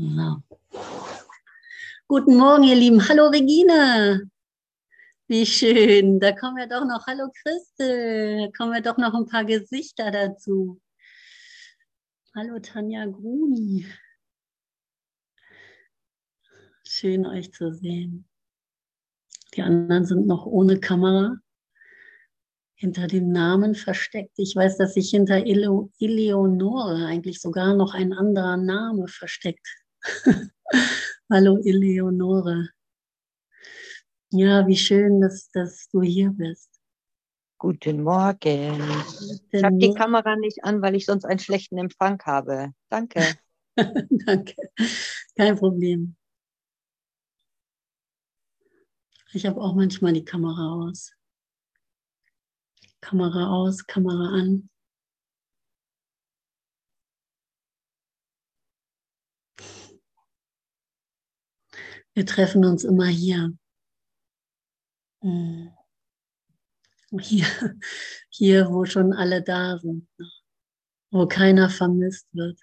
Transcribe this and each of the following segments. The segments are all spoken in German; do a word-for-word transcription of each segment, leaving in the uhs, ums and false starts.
Ja. Guten Morgen, ihr Lieben. Hallo, Regine. Wie schön. Da kommen ja doch noch, hallo Christel, da kommen ja doch noch ein paar Gesichter dazu. Hallo Tanja Gruni. Schön, euch zu sehen. Die anderen sind noch ohne Kamera, hinter dem Namen versteckt. Ich weiß, dass sich hinter Ele Eleonore eigentlich sogar noch ein anderer Name versteckt. Hallo Eleonore. Ja, wie schön, dass, dass du hier bist. Guten Morgen. Guten ich habe die Morgen. Kamera nicht an, weil ich sonst einen schlechten Empfang habe. Danke. Danke. Kein Problem. Ich habe auch manchmal die Kamera aus. Kamera aus, Kamera an. Wir treffen uns immer hier. Hier, hier, wo schon alle da sind. Wo keiner vermisst wird.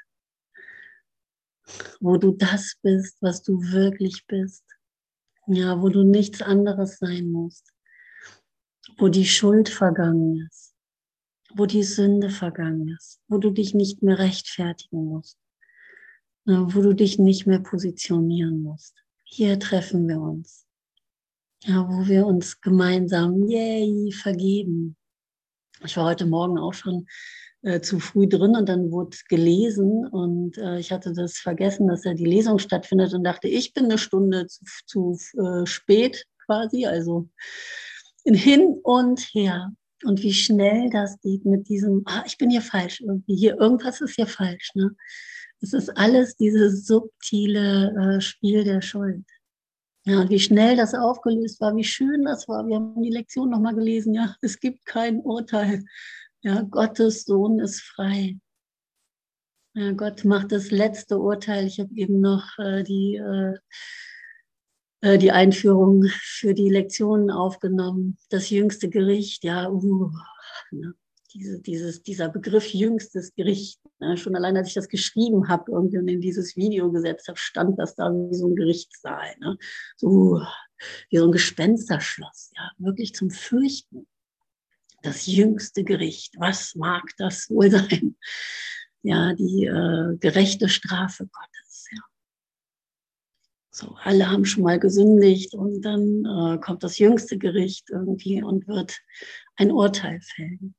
Wo du das bist, was du wirklich bist. Ja, wo du nichts anderes sein musst. Wo die Schuld vergangen ist. Wo die Sünde vergangen ist. Wo du dich nicht mehr rechtfertigen musst. Wo du dich nicht mehr positionieren musst. Hier treffen wir uns. Ja, wo wir uns gemeinsam, yay, vergeben. Ich war heute Morgen auch schon äh, zu früh drin und dann wurde gelesen und äh, ich hatte das vergessen, dass ja die Lesung stattfindet und dachte, ich bin eine Stunde zu, zu äh, spät quasi, also hin und her. Und wie schnell das geht mit diesem, ah, ich bin hier falsch, irgendwie hier, irgendwas ist hier falsch, ne? Es ist alles dieses subtile äh, Spiel der Schuld. Ja, und wie schnell das aufgelöst war, wie schön das war. Wir haben die Lektion nochmal gelesen. Ja, es gibt kein Urteil. Ja, Gottes Sohn ist frei. Ja, Gott macht das letzte Urteil. Ich habe eben noch äh, die, äh, die Einführung für die Lektionen aufgenommen. Das jüngste Gericht, ja, uh, ne? Diese, dieses, dieser Begriff jüngstes Gericht. Ne? Schon allein, als ich das geschrieben habe irgendwie und in dieses Video gesetzt habe, stand das da wie so ein Gerichtssaal. Ne? So wie so ein Gespensterschloss, ja, wirklich zum Fürchten. Das jüngste Gericht, was mag das wohl sein? Ja, die äh, gerechte Strafe Gottes, ja. So, alle haben schon mal gesündigt und dann äh, kommt das jüngste Gericht irgendwie und wird ein Urteil fällen.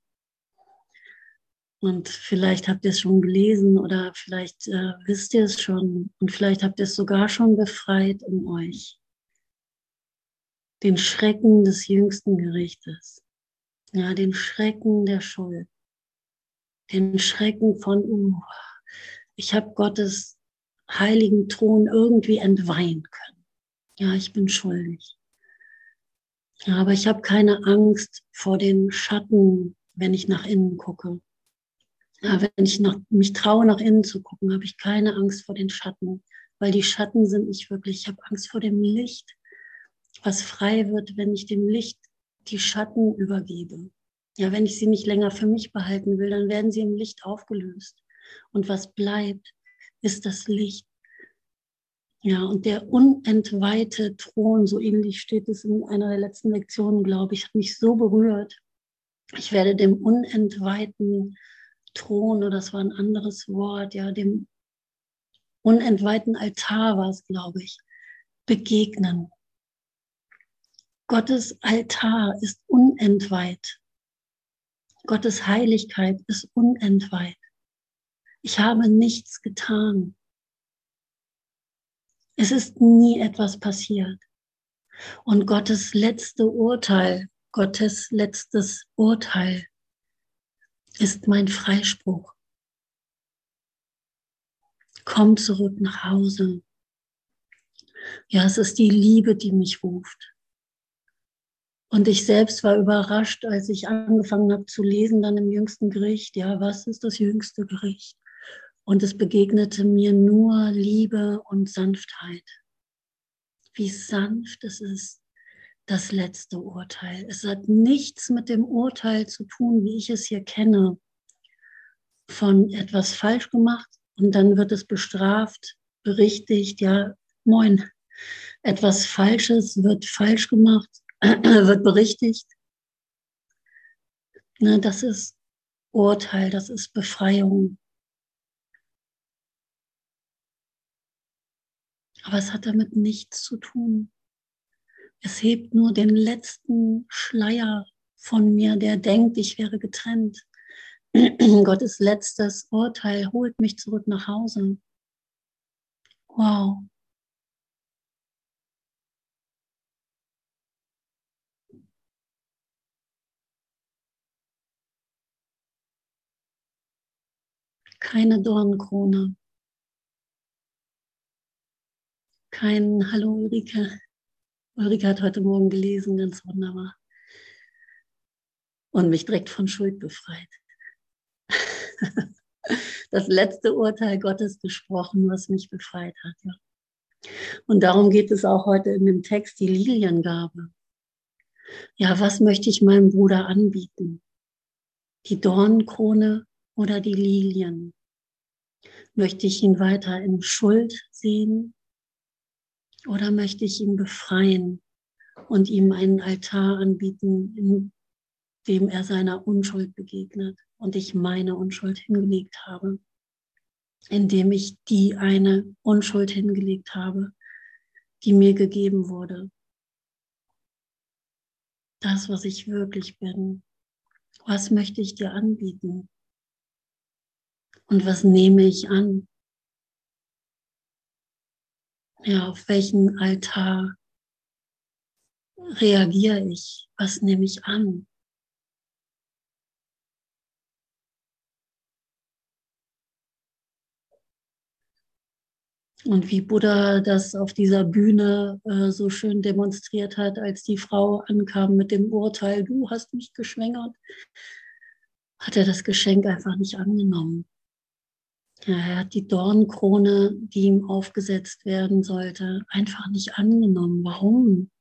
Und vielleicht habt ihr es schon gelesen oder vielleicht äh, wisst ihr es schon und vielleicht habt ihr es sogar schon befreit in euch. Den Schrecken des jüngsten Gerichtes. Ja, den Schrecken der Schuld. Den Schrecken von, uh, ich habe Gottes heiligen Thron irgendwie entweihen können. Ja, ich bin schuldig. Ja, aber ich habe keine Angst vor den Schatten, wenn ich nach innen gucke. Ja, wenn ich nach, mich traue, nach innen zu gucken, habe ich keine Angst vor den Schatten, weil die Schatten sind nicht wirklich. Ich habe Angst vor dem Licht, was frei wird, wenn ich dem Licht die Schatten übergebe. Ja, wenn ich sie nicht länger für mich behalten will, dann werden sie im Licht aufgelöst. Und was bleibt, ist das Licht. Ja, und der unentweihte Thron, so ähnlich steht es in einer der letzten Lektionen, glaube ich, hat mich so berührt. Ich werde dem unentweihten Thron, oder das war ein anderes Wort, ja, dem unentweihten Altar war es, glaube ich, begegnen. Gottes Altar ist unentweiht. Gottes Heiligkeit ist unentweiht. Ich habe nichts getan. Es ist nie etwas passiert. Und Gottes letzte Urteil, Gottes letztes Urteil ist mein Freispruch. Komm zurück nach Hause. Ja, es ist die Liebe, die mich ruft. Und ich selbst war überrascht, als ich angefangen habe zu lesen, dann im jüngsten Gericht. Ja, was ist das jüngste Gericht? Und es begegnete mir nur Liebe und Sanftheit. Wie sanft es ist, das letzte Urteil. Es hat nichts mit dem Urteil zu tun, wie ich es hier kenne, von etwas falsch gemacht und dann wird es bestraft, berichtigt, ja, moin, etwas Falsches wird falsch gemacht, wird berichtigt. Ne, das ist Urteil, das ist Befreiung. Aber es hat damit nichts zu tun. Es hebt nur den letzten Schleier von mir, der denkt, ich wäre getrennt. Gottes letztes Urteil holt mich zurück nach Hause. Wow. Keine Dornenkrone. Kein Hallo Ulrike. Ulrike hat heute Morgen gelesen, ganz wunderbar. Und mich direkt von Schuld befreit. Das letzte Urteil Gottes gesprochen, was mich befreit hat. Ja. Und darum geht es auch heute in dem Text, die Liliengabe. Ja, was möchte ich meinem Bruder anbieten? Die Dornenkrone oder die Lilien? Möchte ich ihn weiter in Schuld sehen oder möchte ich ihn befreien und ihm einen Altar anbieten, in dem er seiner Unschuld begegnet und ich meine Unschuld hingelegt habe, indem ich die eine Unschuld hingelegt habe, die mir gegeben wurde. Das, was ich wirklich bin. Was möchte ich dir anbieten? Und was nehme ich an? Ja, auf welchen Altar reagiere ich? Was nehme ich an? Und wie Buddha das auf dieser Bühne äh, so schön demonstriert hat, als die Frau ankam mit dem Urteil, du hast mich geschwängert, hat er das Geschenk einfach nicht angenommen. Ja, er hat die Dornenkrone, die ihm aufgesetzt werden sollte, einfach nicht angenommen. Warum?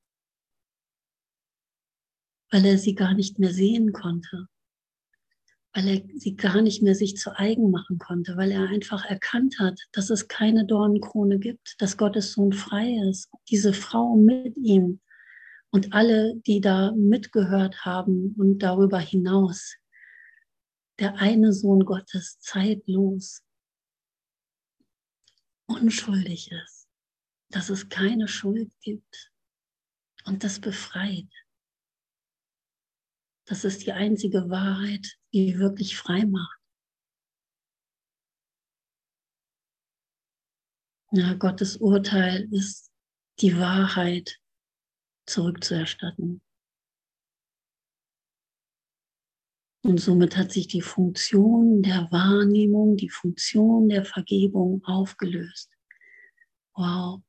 Weil er sie gar nicht mehr sehen konnte. Weil er sie gar nicht mehr sich zu eigen machen konnte, weil er einfach erkannt hat, dass es keine Dornenkrone gibt, dass Gottes Sohn frei ist, diese Frau mit ihm und alle, die da mitgehört haben und darüber hinaus. Der eine Sohn Gottes zeitlos, unschuldig ist, dass es keine Schuld gibt und das befreit. Das ist die einzige Wahrheit, die wirklich frei macht. Ja, Gottes Urteil ist die Wahrheit zurückzuerstatten. Und somit hat sich die Funktion der Wahrnehmung, die Funktion der Vergebung aufgelöst. Wow.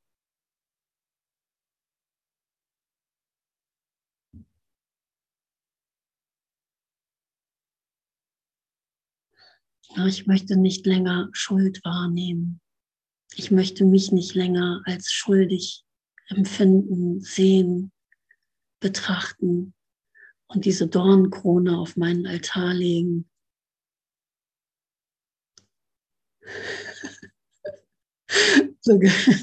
Ja, ich möchte nicht länger Schuld wahrnehmen. Ich möchte mich nicht länger als schuldig empfinden, sehen, betrachten und diese Dornenkrone auf meinen Altar legen. So,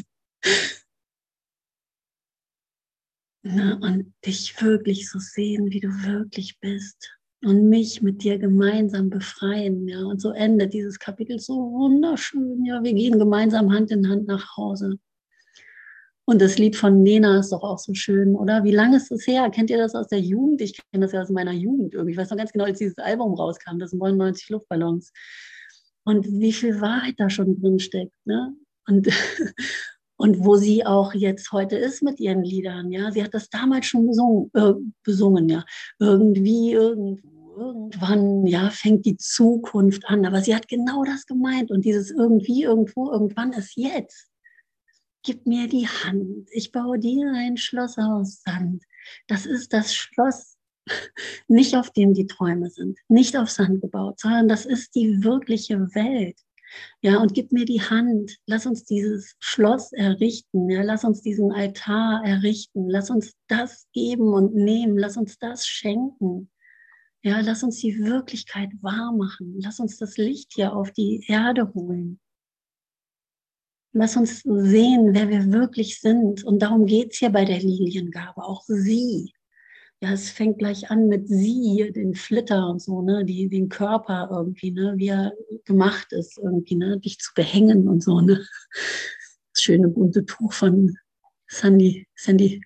ne, und dich wirklich so sehen, wie du wirklich bist. Und mich mit dir gemeinsam befreien. Ja. Und so endet dieses Kapitel so wunderschön. Ja, wir gehen gemeinsam Hand in Hand nach Hause. Und das Lied von Nena ist doch auch so schön, oder? Wie lange ist das her? Kennt ihr das aus der Jugend? Ich kenne das ja aus meiner Jugend irgendwie. Ich weiß noch ganz genau, als dieses Album rauskam, das neunundneunzig Luftballons. Und wie viel Wahrheit da schon drin steckt, ne? Und, und wo sie auch jetzt heute ist mit ihren Liedern, ja. Sie hat das damals schon besungen, äh, besungen, ja. Irgendwie, irgendwo, irgendwann, ja, fängt die Zukunft an. Aber sie hat genau das gemeint. Und dieses irgendwie, irgendwo, irgendwann ist jetzt. Gib mir die Hand, ich baue dir ein Schloss aus Sand. Das ist das Schloss, nicht auf dem die Träume sind, nicht auf Sand gebaut, sondern das ist die wirkliche Welt. Ja, und gib mir die Hand, lass uns dieses Schloss errichten, ja, lass uns diesen Altar errichten, lass uns das geben und nehmen, lass uns das schenken. Ja, lass uns die Wirklichkeit wahr machen, lass uns das Licht hier auf die Erde holen. Lass uns sehen, wer wir wirklich sind. Und darum geht es hier bei der Liliengabe, auch sie. Ja, es fängt gleich an mit sie, den Flitter und so, ne, die, den Körper irgendwie, ne, wie er gemacht ist irgendwie, ne, dich zu behängen und so, ne. Das schöne bunte Tuch von Sandy, Sandy.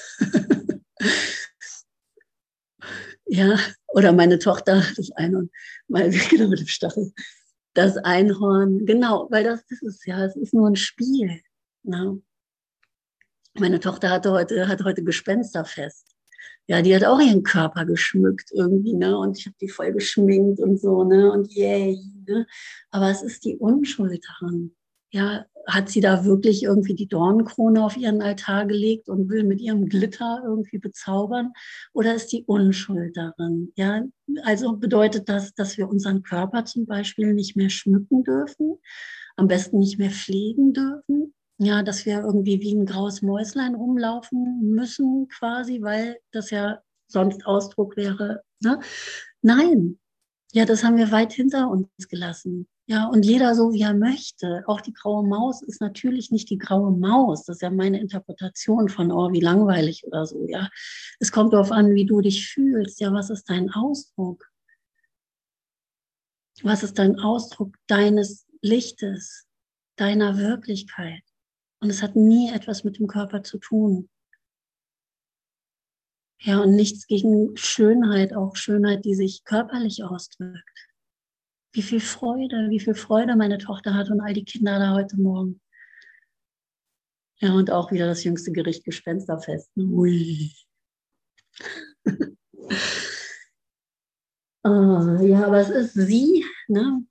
Ja, oder meine Tochter, das Einhorn, mal genau mit dem Stachel. Das Einhorn, genau, weil das, das ist ja, es ist nur ein Spiel. Ne? Meine Tochter hatte heute, hat heute Gespensterfest. Ja, die hat auch ihren Körper geschmückt irgendwie, ne? Und ich habe die voll geschminkt und so, ne? Und yay, ne? Aber es ist die Unschuld daran. Ja, hat sie da wirklich irgendwie die Dornenkrone auf ihren Altar gelegt und will mit ihrem Glitter irgendwie bezaubern? Oder ist die Unschuld daran? Ja, also bedeutet das, dass wir unseren Körper zum Beispiel nicht mehr schmücken dürfen, am besten nicht mehr pflegen dürfen? Ja, dass wir irgendwie wie ein graues Mäuslein rumlaufen müssen quasi, weil das ja sonst Ausdruck wäre. Ne? Nein, ja, das haben wir weit hinter uns gelassen. Ja, und jeder so, wie er möchte. Auch die graue Maus ist natürlich nicht die graue Maus. Das ist ja meine Interpretation von, oh, wie langweilig oder so. Ja, es kommt darauf an, wie du dich fühlst. Ja, was ist dein Ausdruck? Was ist dein Ausdruck deines Lichtes, deiner Wirklichkeit? Und es hat nie etwas mit dem Körper zu tun. Ja, und nichts gegen Schönheit, auch Schönheit, die sich körperlich ausdrückt. Wie viel Freude, wie viel Freude meine Tochter hat und all die Kinder da heute Morgen. Ja, und auch wieder das jüngste Gericht, Gespensterfest. Ui. Oh, ja, aber es ist sie, ne?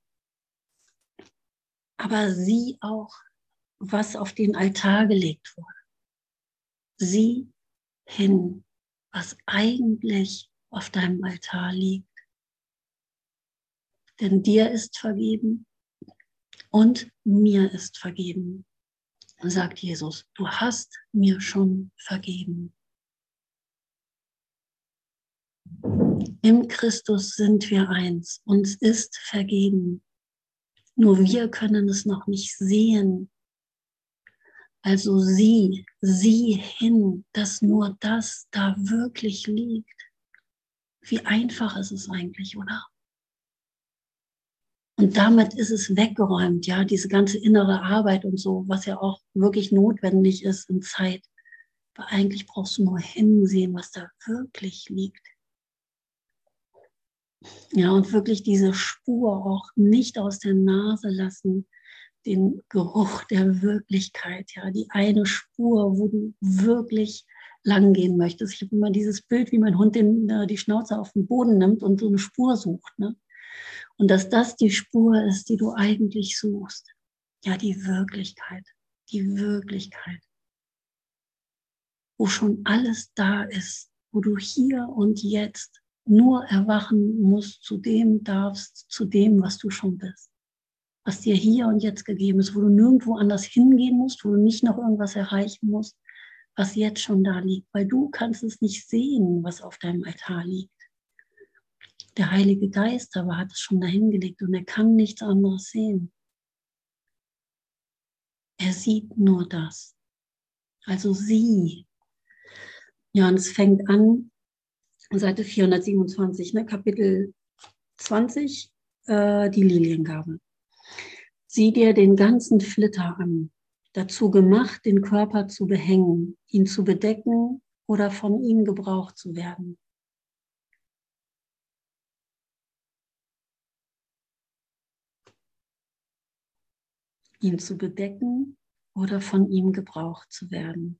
Aber sie auch, was auf den Altar gelegt wurde. Sieh hin, was eigentlich auf deinem Altar liegt. Denn dir ist vergeben und mir ist vergeben, sagt Jesus. Du hast mir schon vergeben. Im Christus sind wir eins, uns ist vergeben. Nur wir können es noch nicht sehen. Also sieh, sieh hin, dass nur das da wirklich liegt. Wie einfach ist es eigentlich, oder? Und damit ist es weggeräumt, ja, diese ganze innere Arbeit und so, was ja auch wirklich notwendig ist in Zeit. Aber eigentlich brauchst du nur hinsehen, was da wirklich liegt. Ja, und wirklich diese Spur auch nicht aus der Nase lassen, den Geruch der Wirklichkeit, ja, die eine Spur, wo du wirklich lang gehen möchtest. Ich habe immer dieses Bild, wie mein Hund den, äh, die Schnauze auf den Boden nimmt und so eine Spur sucht, ne? Und dass das die Spur ist, die du eigentlich suchst. Ja, die Wirklichkeit, die Wirklichkeit, wo schon alles da ist, wo du hier und jetzt nur erwachen musst, zu dem darfst, zu dem, was du schon bist. Was dir hier und jetzt gegeben ist, wo du nirgendwo anders hingehen musst, wo du nicht noch irgendwas erreichen musst, was jetzt schon da liegt, weil du kannst es nicht sehen, was auf deinem Altar liegt. Der Heilige Geist aber hat es schon dahingelegt und er kann nichts anderes sehen. Er sieht nur das. Also sieh. Ja, und es fängt an, Seite vierhundertsiebenundzwanzig, ne, Kapitel zwanzig, äh, die Liliengabe. Sieh dir den ganzen Flitter an, dazu gemacht, den Körper zu behängen, ihn zu bedecken oder von ihm gebraucht zu werden. Ihn zu bedecken oder von ihm gebraucht zu werden.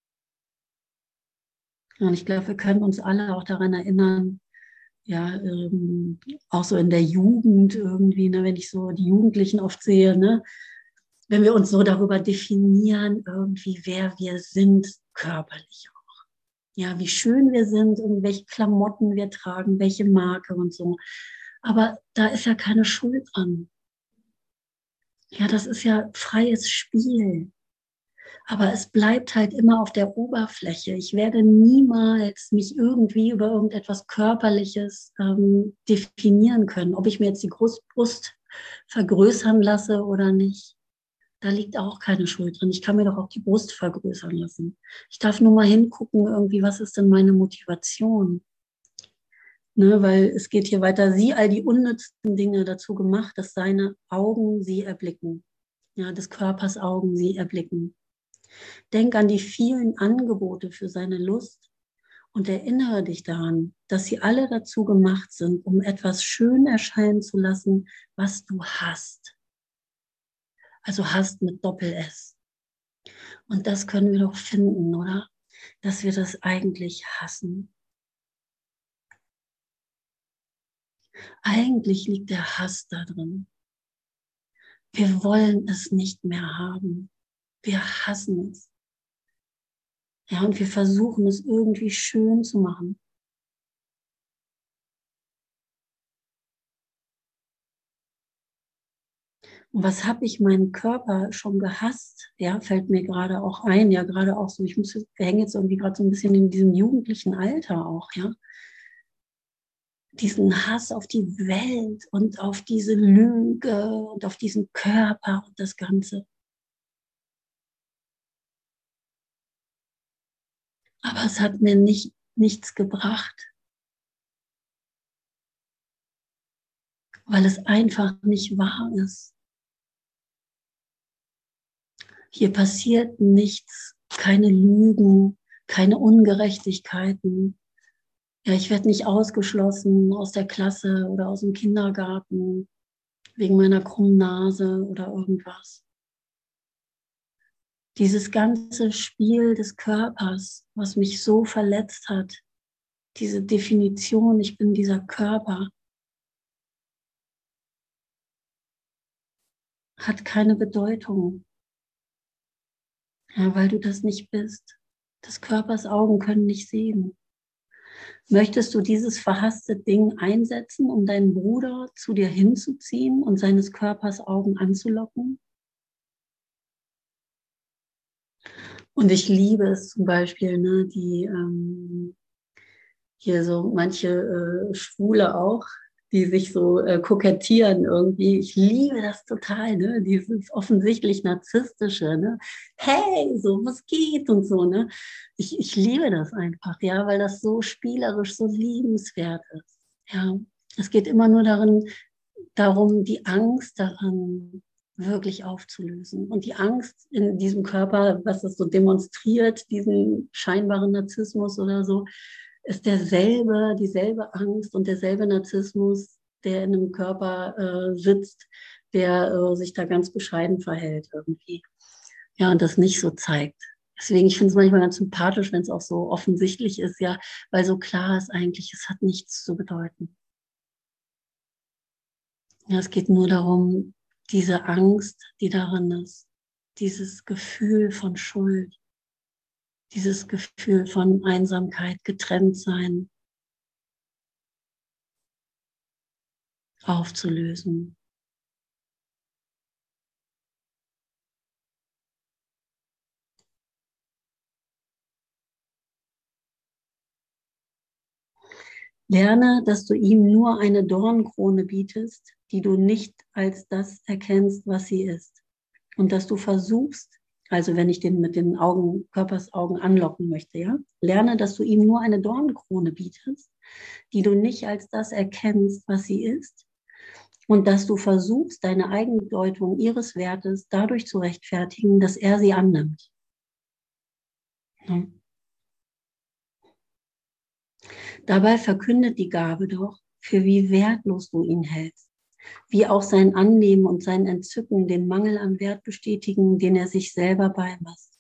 Und ich glaube, wir können uns alle auch daran erinnern, ja, ähm, auch so in der Jugend irgendwie, ne, wenn ich so die Jugendlichen oft sehe, ne, wenn wir uns so darüber definieren, irgendwie, wer wir sind, körperlich auch. Ja, wie schön wir sind, welche Klamotten wir tragen, welche Marke und so. Aber da ist ja keine Schuld dran. Ja, das ist ja freies Spiel. Aber es bleibt halt immer auf der Oberfläche. Ich werde niemals mich irgendwie über irgendetwas Körperliches ähm, definieren können, ob ich mir jetzt die Brust, Brust vergrößern lasse oder nicht. Da liegt auch keine Schuld drin. Ich kann mir doch auch die Brust vergrößern lassen. Ich darf nur mal hingucken, irgendwie, was ist denn meine Motivation? Ne, weil es geht hier weiter. Sie all die unnützen Dinge dazu gemacht, dass seine Augen sie erblicken. Ja, des Körpers Augen sie erblicken. Denk an die vielen Angebote für seine Lust und erinnere dich daran, dass sie alle dazu gemacht sind, um etwas schön erscheinen zu lassen, was du hast. Also hast mit Doppel-S. Und das können wir doch finden, oder? Dass wir das eigentlich hassen. Eigentlich liegt der Hass da drin. Wir wollen es nicht mehr haben. Wir hassen es. Ja, und wir versuchen es irgendwie schön zu machen. Und was habe ich meinen Körper schon gehasst? Ja, fällt mir gerade auch ein. Ja, gerade auch so, ich muss, wir hängen jetzt irgendwie gerade so ein bisschen in diesem jugendlichen Alter auch, ja. Diesen Hass auf die Welt und auf diese Lüge und auf diesen Körper und das Ganze. Aber es hat mir nicht, nichts gebracht, weil es einfach nicht wahr ist. Hier passiert nichts, keine Lügen, keine Ungerechtigkeiten. Ja, ich werde nicht ausgeschlossen aus der Klasse oder aus dem Kindergarten wegen meiner krummen Nase oder irgendwas. Dieses ganze Spiel des Körpers, was mich so verletzt hat, diese Definition, ich bin dieser Körper, hat keine Bedeutung, ja, weil du das nicht bist. Des Körpers Augen können nicht sehen. Möchtest du dieses verhasste Ding einsetzen, um deinen Bruder zu dir hinzuziehen und seines Körpers Augen anzulocken? Und ich liebe es zum Beispiel, ne, die ähm, hier so manche äh, Schwule auch, die sich so äh, kokettieren irgendwie. Ich liebe das total, ne? Dieses offensichtlich narzisstische, ne? Hey, so was geht und so, ne? Ich, ich liebe das einfach, ja, weil das so spielerisch, so liebenswert ist. Ja, es geht immer nur darin, darum, die Angst daran wirklich aufzulösen. Und die Angst in diesem Körper, was es so demonstriert, diesen scheinbaren Narzissmus oder so, ist derselbe, dieselbe Angst und derselbe Narzissmus, der in einem Körper äh, sitzt, der äh, sich da ganz bescheiden verhält irgendwie. Ja, und das nicht so zeigt. Deswegen, ich finde es manchmal ganz sympathisch, wenn es auch so offensichtlich ist, ja, weil so klar ist eigentlich, es hat nichts zu bedeuten. Ja, es geht nur darum, diese Angst, die darin ist, dieses Gefühl von Schuld, dieses Gefühl von Einsamkeit, getrennt sein, aufzulösen. Lerne, dass du ihm nur eine Dornkrone bietest, die du nicht als das erkennst, was sie ist. Und dass du versuchst, also wenn ich den mit den Augen, Körpersaugen anlocken möchte, ja, lerne, dass du ihm nur eine Dornkrone bietest, die du nicht als das erkennst, was sie ist. Und dass du versuchst, deine Eigendeutung ihres Wertes dadurch zu rechtfertigen, dass er sie annimmt. Ja. Dabei verkündet die Gabe doch, für wie wertlos du ihn hältst, wie auch sein Annehmen und sein Entzücken den Mangel an Wert bestätigen, den er sich selber beimisst.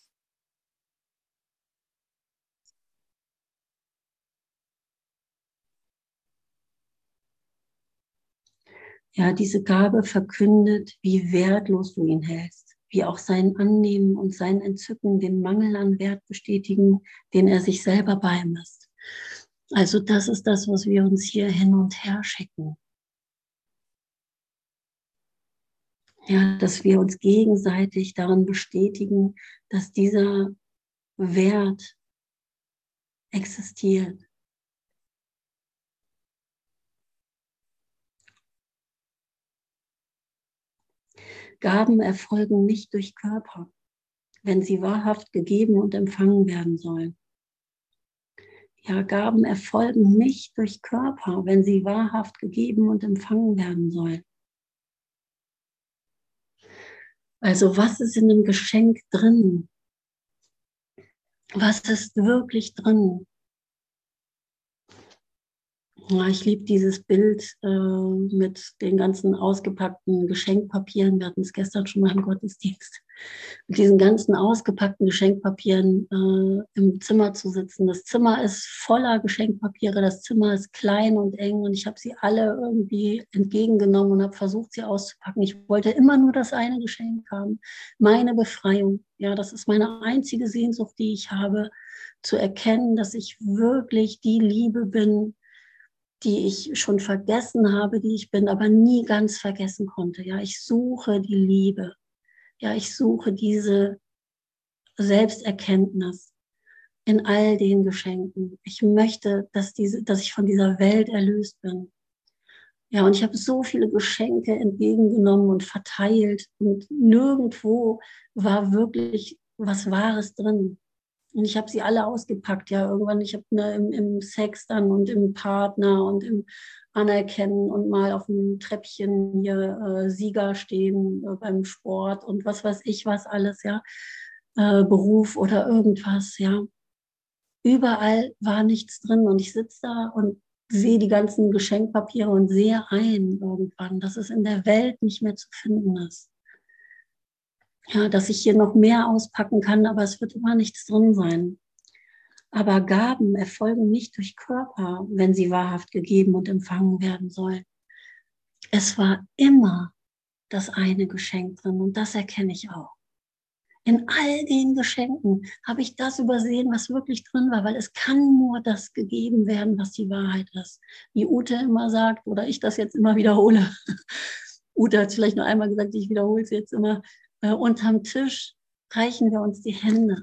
Ja, diese Gabe verkündet, wie wertlos du ihn hältst, wie auch sein Annehmen und sein Entzücken den Mangel an Wert bestätigen, den er sich selber beimisst. Also das ist das, was wir uns hier hin und her schicken. Ja, dass wir uns gegenseitig darin bestätigen, dass dieser Wert existiert. Gaben erfolgen nicht durch Körper, wenn sie wahrhaft gegeben und empfangen werden sollen. Ja, Gaben erfolgen nicht durch Körper, wenn sie wahrhaft gegeben und empfangen werden sollen. Also was ist in dem Geschenk drin? Was ist wirklich drin? Ja, ich liebe dieses Bild äh, mit den ganzen ausgepackten Geschenkpapieren. Wir hatten es gestern schon mal im Gottesdienst. Mit diesen ganzen ausgepackten Geschenkpapieren äh, im Zimmer zu sitzen. Das Zimmer ist voller Geschenkpapiere. Das Zimmer ist klein und eng und ich habe sie alle irgendwie entgegengenommen und habe versucht, sie auszupacken. Ich wollte immer nur das eine Geschenk haben. Meine Befreiung. Ja, das ist meine einzige Sehnsucht, die ich habe, zu erkennen, dass ich wirklich die Liebe bin, die ich schon vergessen habe, die ich bin, aber nie ganz vergessen konnte. Ja, ich suche die Liebe. Ja, ich suche diese Selbsterkenntnis in all den Geschenken. Ich möchte, dass diese, dass ich von dieser Welt erlöst bin. Ja, und ich habe so viele Geschenke entgegengenommen und verteilt und nirgendwo war wirklich was Wahres drin. Und ich habe sie alle ausgepackt, ja, irgendwann, ich habe ne, im, im Sex dann und im Partner und im Anerkennen und mal auf dem Treppchen hier äh, Sieger stehen äh, beim Sport und was weiß ich was alles, ja, äh, Beruf oder irgendwas, ja. Überall war nichts drin und ich sitze da und sehe die ganzen Geschenkpapiere und sehe ein irgendwann, dass es in der Welt nicht mehr zu finden ist. Ja, dass ich hier noch mehr auspacken kann, aber es wird immer nichts drin sein. Aber Gaben erfolgen nicht durch Körper, wenn sie wahrhaft gegeben und empfangen werden sollen. Es war immer das eine Geschenk drin und das erkenne ich auch. In all den Geschenken habe ich das übersehen, was wirklich drin war, weil es kann nur das gegeben werden, was die Wahrheit ist. Wie Ute immer sagt, oder ich das jetzt immer wiederhole. Ute hat es vielleicht nur einmal gesagt, ich wiederhole es jetzt immer. Äh, unterm Tisch reichen wir uns die Hände.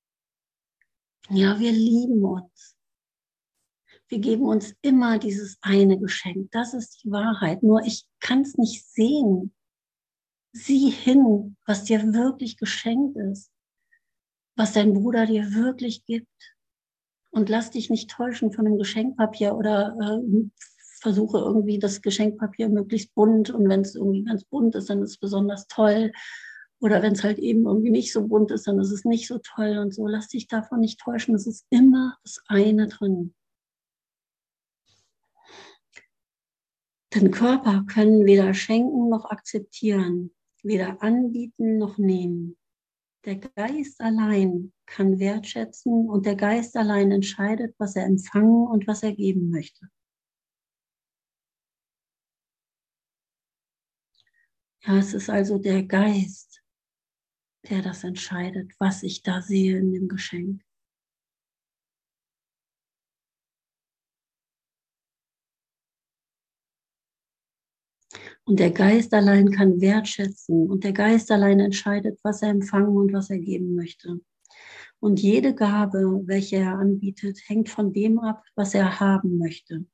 Ja, wir lieben uns. Wir geben uns immer dieses eine Geschenk. Das ist die Wahrheit. Nur ich kann es nicht sehen. Sieh hin, was dir wirklich geschenkt ist. Was dein Bruder dir wirklich gibt. Und lass dich nicht täuschen von dem Geschenkpapier oder äh, versuche irgendwie das Geschenkpapier möglichst bunt. Und wenn es irgendwie ganz bunt ist, dann ist es besonders toll. Oder wenn es halt eben irgendwie nicht so bunt ist, dann ist es nicht so toll und so. Lass dich davon nicht täuschen. Es ist immer das eine drin. Denn Körper können weder schenken noch akzeptieren, weder anbieten noch nehmen. Der Geist allein kann wertschätzen und der Geist allein entscheidet, was er empfangen und was er geben möchte. Ja, es ist also der Geist, der das entscheidet, was ich da sehe in dem Geschenk. Und der Geist allein kann wertschätzen und der Geist allein entscheidet, was er empfangen und was er geben möchte. Und jede Gabe, welche er anbietet, hängt von dem ab, was er haben möchte.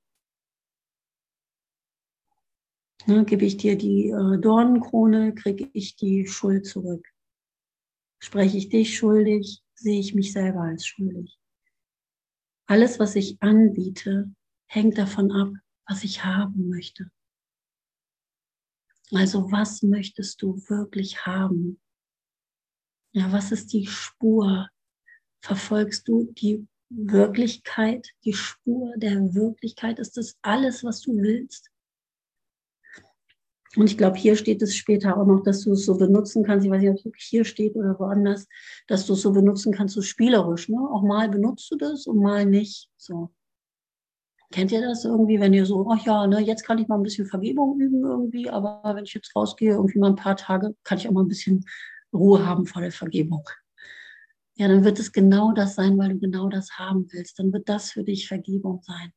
Ne, gebe ich dir die äh, Dornenkrone, kriege ich die Schuld zurück. Spreche ich dich schuldig, sehe ich mich selber als schuldig. Alles, was ich anbiete, hängt davon ab, was ich haben möchte. Also was möchtest du wirklich haben? Ja, was ist die Spur? Verfolgst du die Wirklichkeit, die Spur der Wirklichkeit? Ist das alles, was du willst? Und ich glaube, hier steht es später auch noch, dass du es so benutzen kannst. Ich weiß nicht, ob es wirklich hier steht oder woanders, dass du es so benutzen kannst, so spielerisch. Ne? Auch mal benutzt du das und mal nicht. So. Kennt ihr das irgendwie, wenn ihr so, ach ja, ne, jetzt kann ich mal ein bisschen Vergebung üben irgendwie, aber wenn ich jetzt rausgehe, irgendwie mal ein paar Tage, kann ich auch mal ein bisschen Ruhe haben vor der Vergebung. Ja, dann wird es genau das sein, weil du genau das haben willst. Dann wird das für dich Vergebung sein.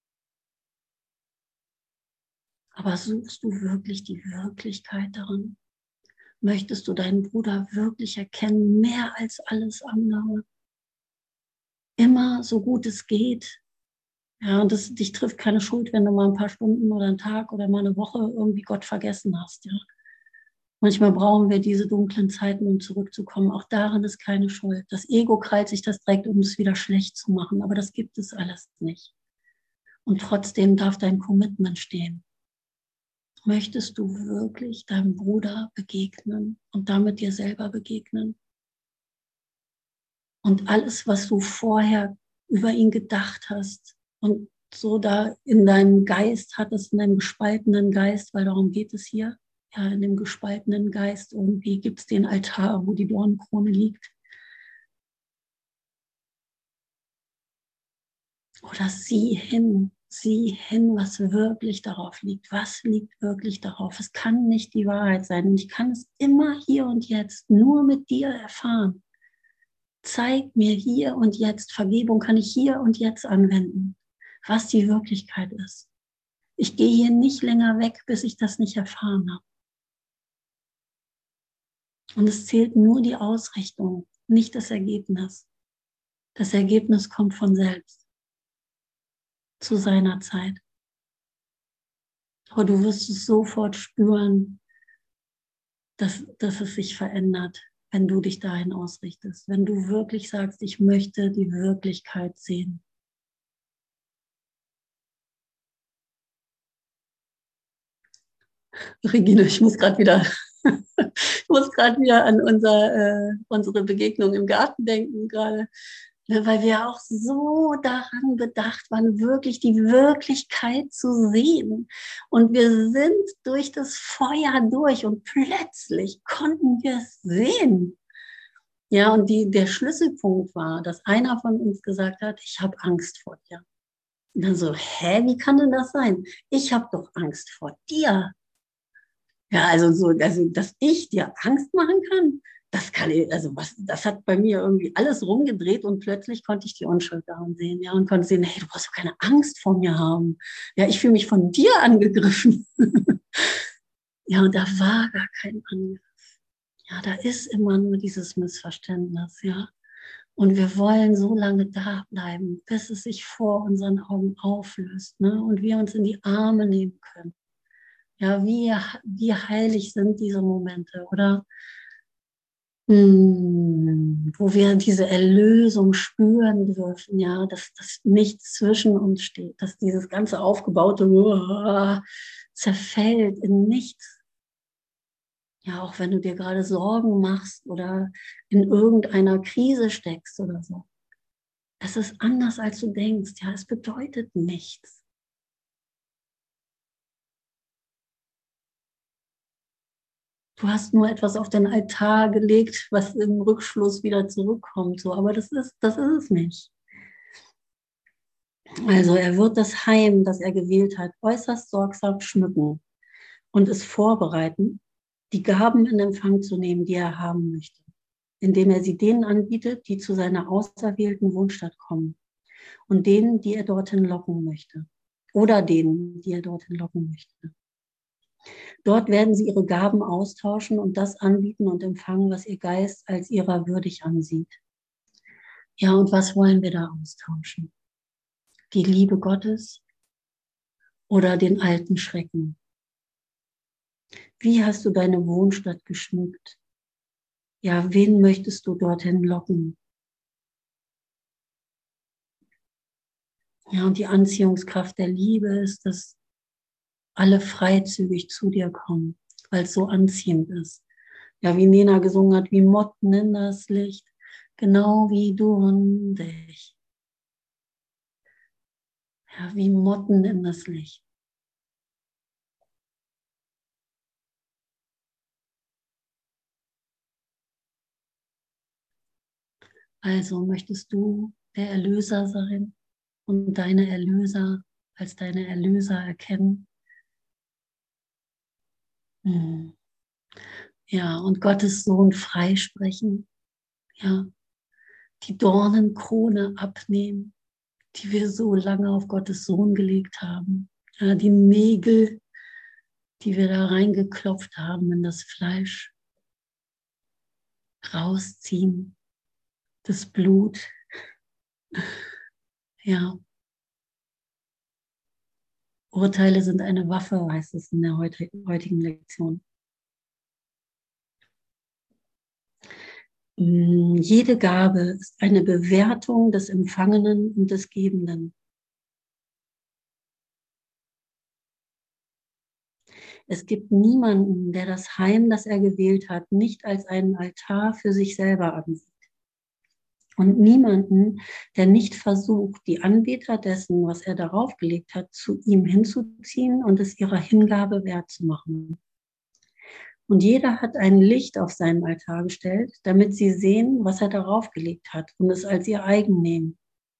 Aber suchst du wirklich die Wirklichkeit darin? Möchtest du deinen Bruder wirklich erkennen, mehr als alles andere? Immer so gut es geht. Ja, und das, dich trifft keine Schuld, wenn du mal ein paar Stunden oder einen Tag oder mal eine Woche irgendwie Gott vergessen hast. Ja. Manchmal brauchen wir diese dunklen Zeiten, um zurückzukommen. Auch darin ist keine Schuld. Das Ego krallt sich das direkt, um es wieder schlecht zu machen. Aber das gibt es alles nicht. Und trotzdem darf dein Commitment stehen. Möchtest du wirklich deinem Bruder begegnen und damit dir selber begegnen? Und alles, was du vorher über ihn gedacht hast und so da in deinem Geist hattest, in deinem gespaltenen Geist, weil darum geht es hier, ja, in dem gespaltenen Geist irgendwie gibt es den Altar, wo die Dornenkrone liegt. Oder sieh hin, sieh hin, was wirklich darauf liegt. Was liegt wirklich darauf? Es kann nicht die Wahrheit sein. Und ich kann es immer hier und jetzt nur mit dir erfahren. Zeig mir hier und jetzt, Vergebung kann ich hier und jetzt anwenden, was die Wirklichkeit ist. Ich gehe hier nicht länger weg, bis ich das nicht erfahren habe. Und es zählt nur die Ausrichtung, nicht das Ergebnis. Das Ergebnis kommt von selbst, zu seiner Zeit. Aber du wirst es sofort spüren, dass, dass es sich verändert, wenn du dich dahin ausrichtest. Wenn du wirklich sagst, ich möchte die Wirklichkeit sehen. Regina, ich muss gerade wieder, ich muss gerade wieder an unser, äh, unsere Begegnung im Garten denken gerade, ne, weil wir auch so daran bedacht waren, wirklich die Wirklichkeit zu sehen. Und wir sind durch das Feuer durch und plötzlich konnten wir es sehen. Ja, und die, der Schlüsselpunkt war, dass einer von uns gesagt hat, ich habe Angst vor dir. Und dann so, hä, wie kann denn das sein? Ich habe doch Angst vor dir. Ja, also so, also, dass ich dir Angst machen kann, das kann ich, also was, das hat bei mir irgendwie alles rumgedreht und plötzlich konnte ich die Unschuld daran sehen, ja, und konnte sehen, hey, du brauchst doch keine Angst vor mir haben. Ja, ich fühle mich von dir angegriffen. Ja, und da war gar kein Angriff. Ja, da ist immer nur dieses Missverständnis, ja. Und wir wollen so lange da bleiben, bis es sich vor unseren Augen auflöst, ne? Und wir uns in die Arme nehmen können. Ja, wie, wie heilig sind diese Momente, oder? Hm, wo wir diese Erlösung spüren dürfen, ja, dass, dass nichts zwischen uns steht, dass dieses ganze Aufgebaute uh, zerfällt in nichts. Ja, auch wenn du dir gerade Sorgen machst oder in irgendeiner Krise steckst oder so. Es ist anders, als du denkst. Ja, es bedeutet nichts. Du hast nur etwas auf den Altar gelegt, was im Rückschluss wieder zurückkommt. So, aber das ist, das ist es nicht. Also er wird das Heim, das er gewählt hat, äußerst sorgsam schmücken und es vorbereiten, die Gaben in Empfang zu nehmen, die er haben möchte, indem er sie denen anbietet, die zu seiner auserwählten Wohnstatt kommen und denen, die er dorthin locken möchte oder denen, die er dorthin locken möchte. Dort werden sie ihre Gaben austauschen und das anbieten und empfangen, was ihr Geist als ihrer würdig ansieht. Ja, und was wollen wir da austauschen? Die Liebe Gottes oder den alten Schrecken? Wie hast du deine Wohnstatt geschmückt? Ja, wen möchtest du dorthin locken? Ja, und die Anziehungskraft der Liebe ist, dass alle freizügig zu dir kommen, weil es so anziehend ist. Ja, wie Nena gesungen hat, wie Motten in das Licht, genau wie du und ich. Ja, wie Motten in das Licht. Also möchtest du der Erlöser sein und deine Erlöser als deine Erlöser erkennen? Hm. Ja, und Gottes Sohn freisprechen. Ja, die Dornenkrone abnehmen, die wir so lange auf Gottes Sohn gelegt haben. Ja, die Nägel, die wir da reingeklopft haben in das Fleisch, rausziehen, das Blut. Ja, Urteile sind eine Waffe, heißt es in der heutigen Lektion. Jede Gabe ist eine Bewertung des Empfangenen und des Gebenden. Es gibt niemanden, der das Heim, das er gewählt hat, nicht als einen Altar für sich selber ansieht. Und niemanden, der nicht versucht, die Anbeter dessen, was er darauf gelegt hat, zu ihm hinzuziehen und es ihrer Hingabe wert zu machen. Und jeder hat ein Licht auf seinen Altar gestellt, damit sie sehen, was er darauf gelegt hat und es als ihr eigen nehmen.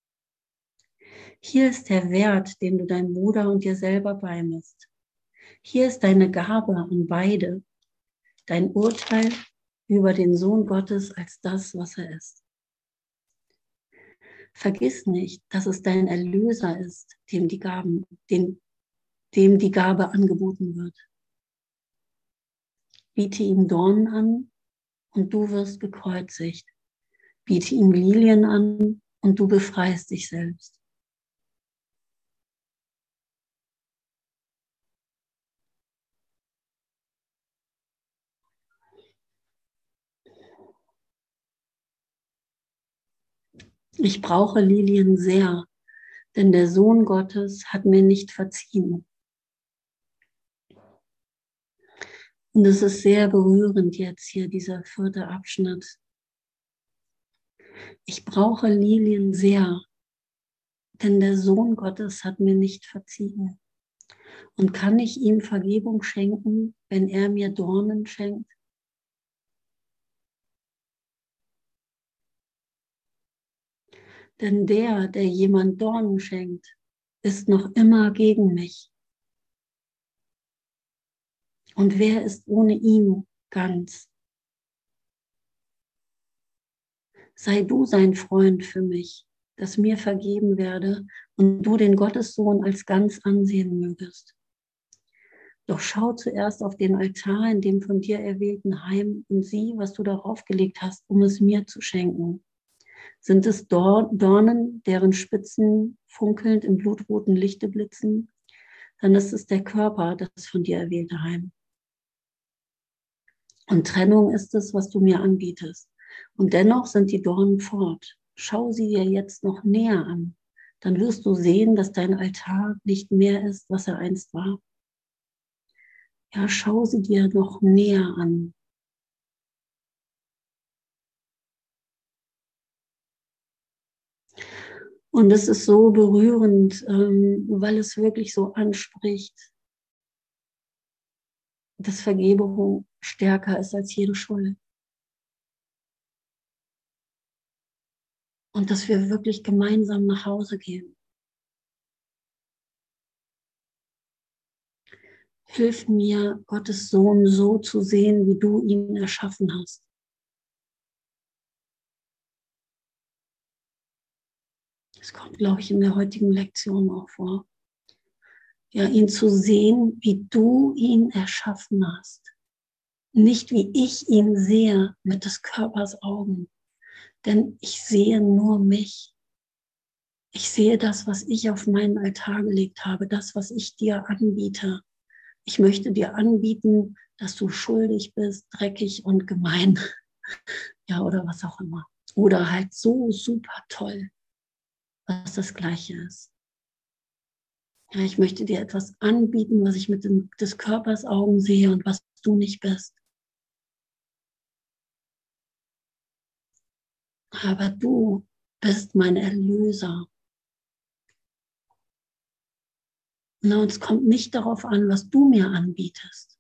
Hier ist der Wert, den du deinem Bruder und dir selber beimisst. Hier ist deine Gabe an beide, dein Urteil über den Sohn Gottes als das, was er ist. Vergiss nicht, dass es dein Erlöser ist, dem die Gaben, dem, dem die Gabe angeboten wird. Biete ihm Dornen an und du wirst gekreuzigt. Biete ihm Lilien an und du befreist dich selbst. Ich brauche Lilien sehr, denn der Sohn Gottes hat mir nicht verziehen. Und es ist sehr berührend jetzt hier, dieser vierte Abschnitt. Ich brauche Lilien sehr, denn der Sohn Gottes hat mir nicht verziehen. Und kann ich ihm Vergebung schenken, wenn er mir Dornen schenkt? Denn der, der jemand Dornen schenkt, ist noch immer gegen mich. Und wer ist ohne ihn ganz? Sei du sein Freund für mich, dass mir vergeben werde und du den Gottessohn als ganz ansehen mögest. Doch schau zuerst auf den Altar in dem von dir erwählten Heim und sieh, was du darauf gelegt hast, um es mir zu schenken. Sind es Dornen, deren Spitzen funkelnd im blutroten Lichte blitzen? Dann ist es der Körper, das von dir erwählte Heim. Und Trennung ist es, was du mir anbietest. Und dennoch sind die Dornen fort. Schau sie dir jetzt noch näher an. Dann wirst du sehen, dass dein Altar nicht mehr ist, was er einst war. Ja, schau sie dir noch näher an. Und es ist so berührend, ähm, weil es wirklich so anspricht, dass Vergebung stärker ist als jede Schuld. Und dass wir wirklich gemeinsam nach Hause gehen. Hilf mir, Gottes Sohn so zu sehen, wie du ihn erschaffen hast. Das kommt, glaube ich, in der heutigen Lektion auch vor. Ja, ihn zu sehen, wie du ihn erschaffen hast. Nicht wie ich ihn sehe mit des Körpers Augen. Denn ich sehe nur mich. Ich sehe das, was ich auf meinen Altar gelegt habe, das, was ich dir anbiete. Ich möchte dir anbieten, dass du schuldig bist, dreckig und gemein. Ja, oder was auch immer. Oder halt so super toll, was das Gleiche ist. Ja, ich möchte dir etwas anbieten, was ich mit dem, des Körpers Augen sehe und was du nicht bist. Aber du bist mein Erlöser. Und es kommt nicht darauf an, was du mir anbietest.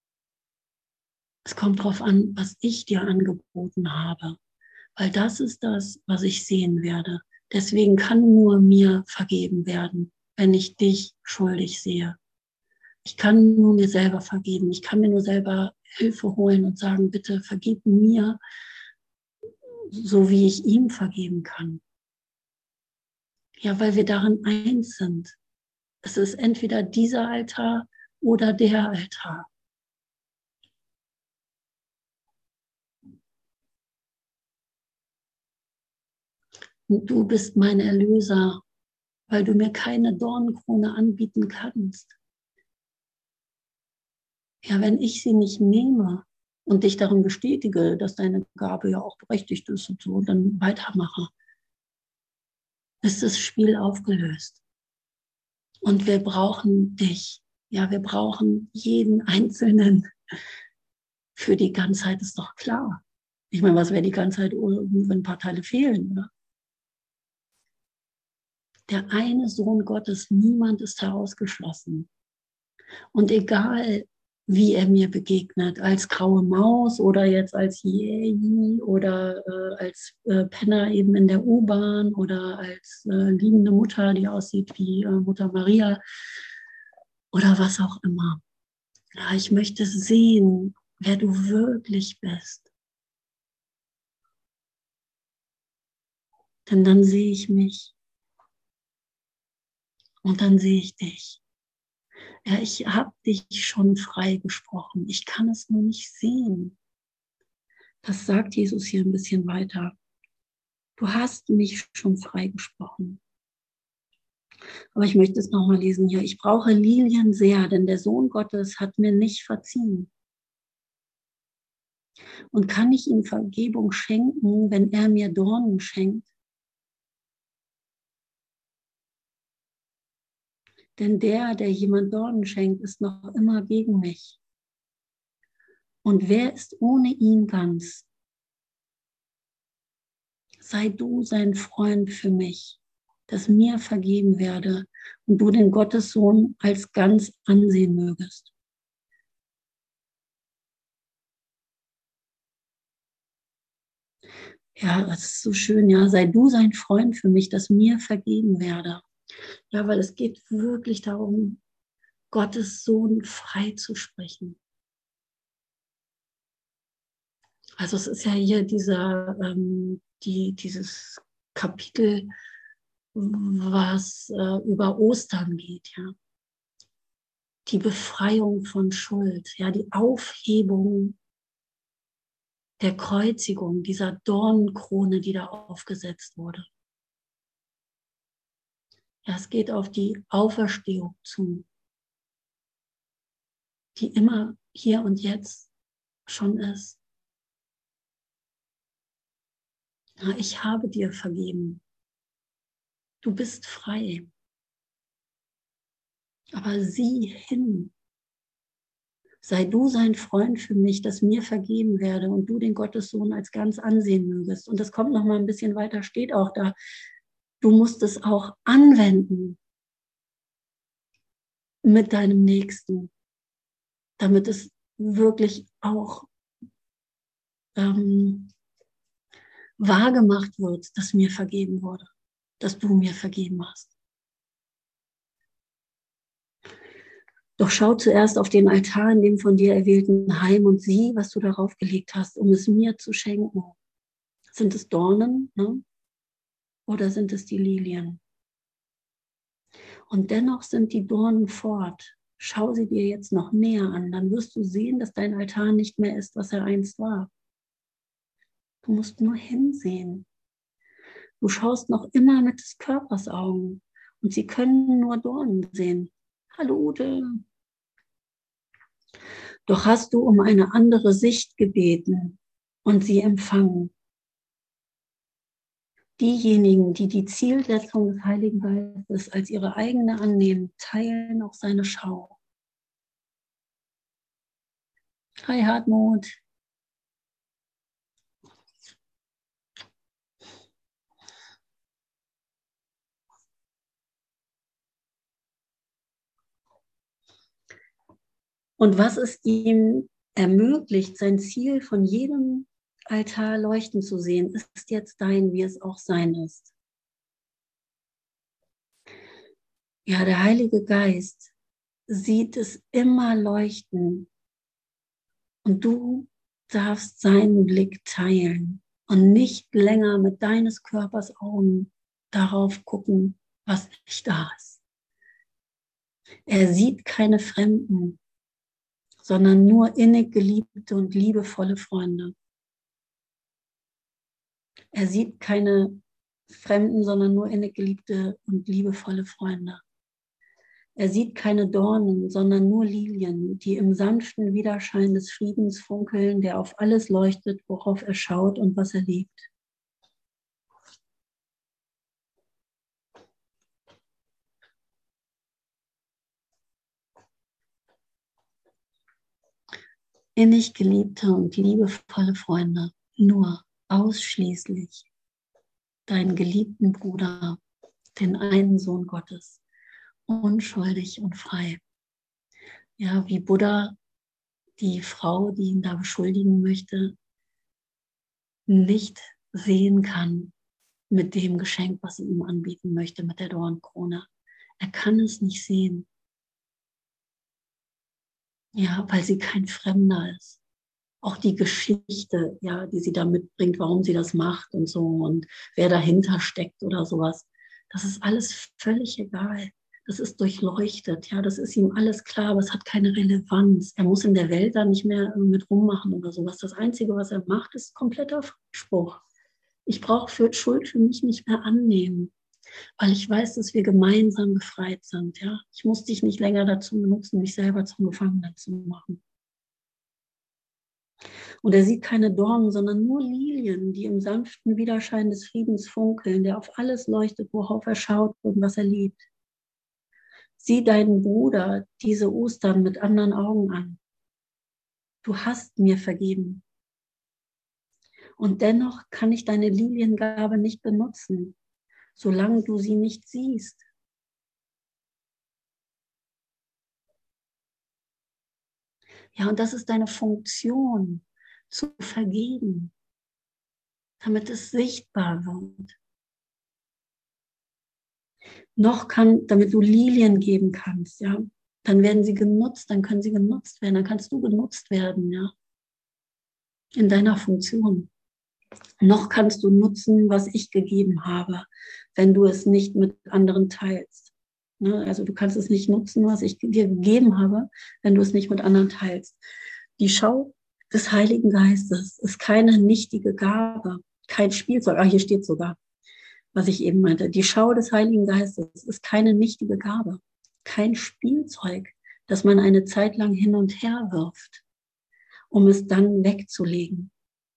Es kommt darauf an, was ich dir angeboten habe. Weil das ist das, was ich sehen werde. Deswegen kann nur mir vergeben werden, wenn ich dich schuldig sehe. Ich kann nur mir selber vergeben. Ich kann mir nur selber Hilfe holen und sagen, bitte vergib mir, so wie ich ihm vergeben kann. Ja, weil wir darin eins sind. Es ist entweder dieser Altar oder der Altar. Und du bist mein Erlöser, weil du mir keine Dornenkrone anbieten kannst. Ja, wenn ich sie nicht nehme, und dich darin bestätige, dass deine Gabe ja auch berechtigt ist und so und dann weitermache, ist das Spiel aufgelöst. Und wir brauchen dich. Ja, wir brauchen jeden Einzelnen für die Ganzheit, ist doch klar. Ich meine, was wäre die Ganzheit, wenn ein paar Teile fehlen, oder? Der eine Sohn Gottes, niemand ist herausgeschlossen. Und egal, wie er mir begegnet, als graue Maus oder jetzt als Jähi oder äh, als äh, Penner eben in der U-Bahn oder als äh, liebende Mutter, die aussieht wie äh, Mutter Maria oder was auch immer. Ja, ich möchte sehen, wer du wirklich bist. Denn dann sehe ich mich und dann sehe ich dich. Ja, ich habe dich schon frei gesprochen. Ich kann es nur nicht sehen. Das sagt Jesus hier ein bisschen weiter. Du hast mich schon frei gesprochen. Aber ich möchte es nochmal lesen hier. Ich brauche Lilien sehr, denn der Sohn Gottes hat mir nicht verziehen. Und kann ich ihm Vergebung schenken, wenn er mir Dornen schenkt? Denn der, der jemand Dornen schenkt, ist noch immer gegen mich. Und wer ist ohne ihn ganz? Sei du sein Freund für mich, dass mir vergeben werde und du den Gottessohn als ganz ansehen mögest. Ja, das ist so schön, ja, sei du sein Freund für mich, dass mir vergeben werde. Ja, weil es geht wirklich darum, Gottes Sohn frei zu sprechen. Also es ist ja hier dieser, ähm, die, dieses Kapitel, was äh, über Ostern geht, ja. Die Befreiung von Schuld, ja, die Aufhebung der Kreuzigung, dieser Dornenkrone, die da aufgesetzt wurde. Ja, es geht auf die Auferstehung zu, die immer hier und jetzt schon ist. Ja, ich habe dir vergeben. Du bist frei. Aber sieh hin. Sei du sein Freund für mich, dass mir vergeben werde und du den Gottessohn als ganz ansehen mögest. Und das kommt noch mal ein bisschen weiter, steht auch da. Du musst es auch anwenden mit deinem Nächsten, damit es wirklich auch ähm, wahrgemacht wird, dass mir vergeben wurde, dass du mir vergeben hast. Doch schau zuerst auf den Altar in dem von dir erwählten Heim und sieh, was du darauf gelegt hast, um es mir zu schenken. Sind es Dornen, ne? Oder sind es die Lilien? Und dennoch sind die Dornen fort. Schau sie dir jetzt noch näher an, dann wirst du sehen, dass dein Altar nicht mehr ist, was er einst war. Du musst nur hinsehen. Du schaust noch immer mit des Körpers Augen und sie können nur Dornen sehen. Hallo Ute. Doch hast du um eine andere Sicht gebeten und sie empfangen. Diejenigen, die die Zielsetzung des Heiligen Geistes als ihre eigene annehmen, teilen auch seine Schau. Hi Hartmut. Und was es ihm ermöglicht, sein Ziel von jedem Altar leuchten zu sehen, ist jetzt dein, wie es auch sein ist. Ja, der Heilige Geist sieht es immer leuchten und du darfst seinen Blick teilen und nicht länger mit deines Körpers Augen darauf gucken, was nicht da ist. Er sieht keine Fremden, sondern nur innig geliebte und liebevolle Freunde. Er sieht keine Fremden, sondern nur innig geliebte und liebevolle Freunde. Er sieht keine Dornen, sondern nur Lilien, die im sanften Widerschein des Friedens funkeln, der auf alles leuchtet, worauf er schaut und was er liebt. Innig geliebte und liebevolle Freunde, nur ausschließlich deinen geliebten Bruder, den einen Sohn Gottes, unschuldig und frei. Ja, wie Buddha die Frau, die ihn da beschuldigen möchte, nicht sehen kann mit dem Geschenk, was sie ihm anbieten möchte, mit der Dornkrone. Er kann es nicht sehen. Ja, weil sie kein Fremder ist. Auch die Geschichte, ja, die sie da mitbringt, warum sie das macht und so und wer dahinter steckt oder sowas, das ist alles völlig egal. Das ist durchleuchtet, ja, das ist ihm alles klar, aber es hat keine Relevanz. Er muss in der Welt da nicht mehr mit rummachen oder sowas. Das Einzige, was er macht, ist kompletter Freispruch. Ich brauche für Schuld für mich nicht mehr annehmen, weil ich weiß, dass wir gemeinsam befreit sind. Ja? Ich muss dich nicht länger dazu benutzen, mich selber zum Gefangenen zu machen. Und er sieht keine Dornen, sondern nur Lilien, die im sanften Widerschein des Friedens funkeln, der auf alles leuchtet, worauf er schaut und was er liebt. Sieh deinen Bruder diese Ostern mit anderen Augen an. Du hast mir vergeben. Und dennoch kann ich deine Liliengabe nicht benutzen, solange du sie nicht siehst. Ja, und das ist deine Funktion, zu vergeben, damit es sichtbar wird. Noch kann, damit du Lilien geben kannst, ja, dann werden sie genutzt, dann können sie genutzt werden, dann kannst du genutzt werden, ja, in deiner Funktion. Noch kannst du nutzen, was ich gegeben habe, wenn du es nicht mit anderen teilst. Ne? Also du kannst es nicht nutzen, was ich dir gegeben habe, wenn du es nicht mit anderen teilst. Die Schau des Heiligen Geistes ist keine nichtige Gabe, kein Spielzeug. Ah, hier steht sogar, was ich eben meinte. Die Schau des Heiligen Geistes ist keine nichtige Gabe, kein Spielzeug, das man eine Zeit lang hin und her wirft, um es dann wegzulegen.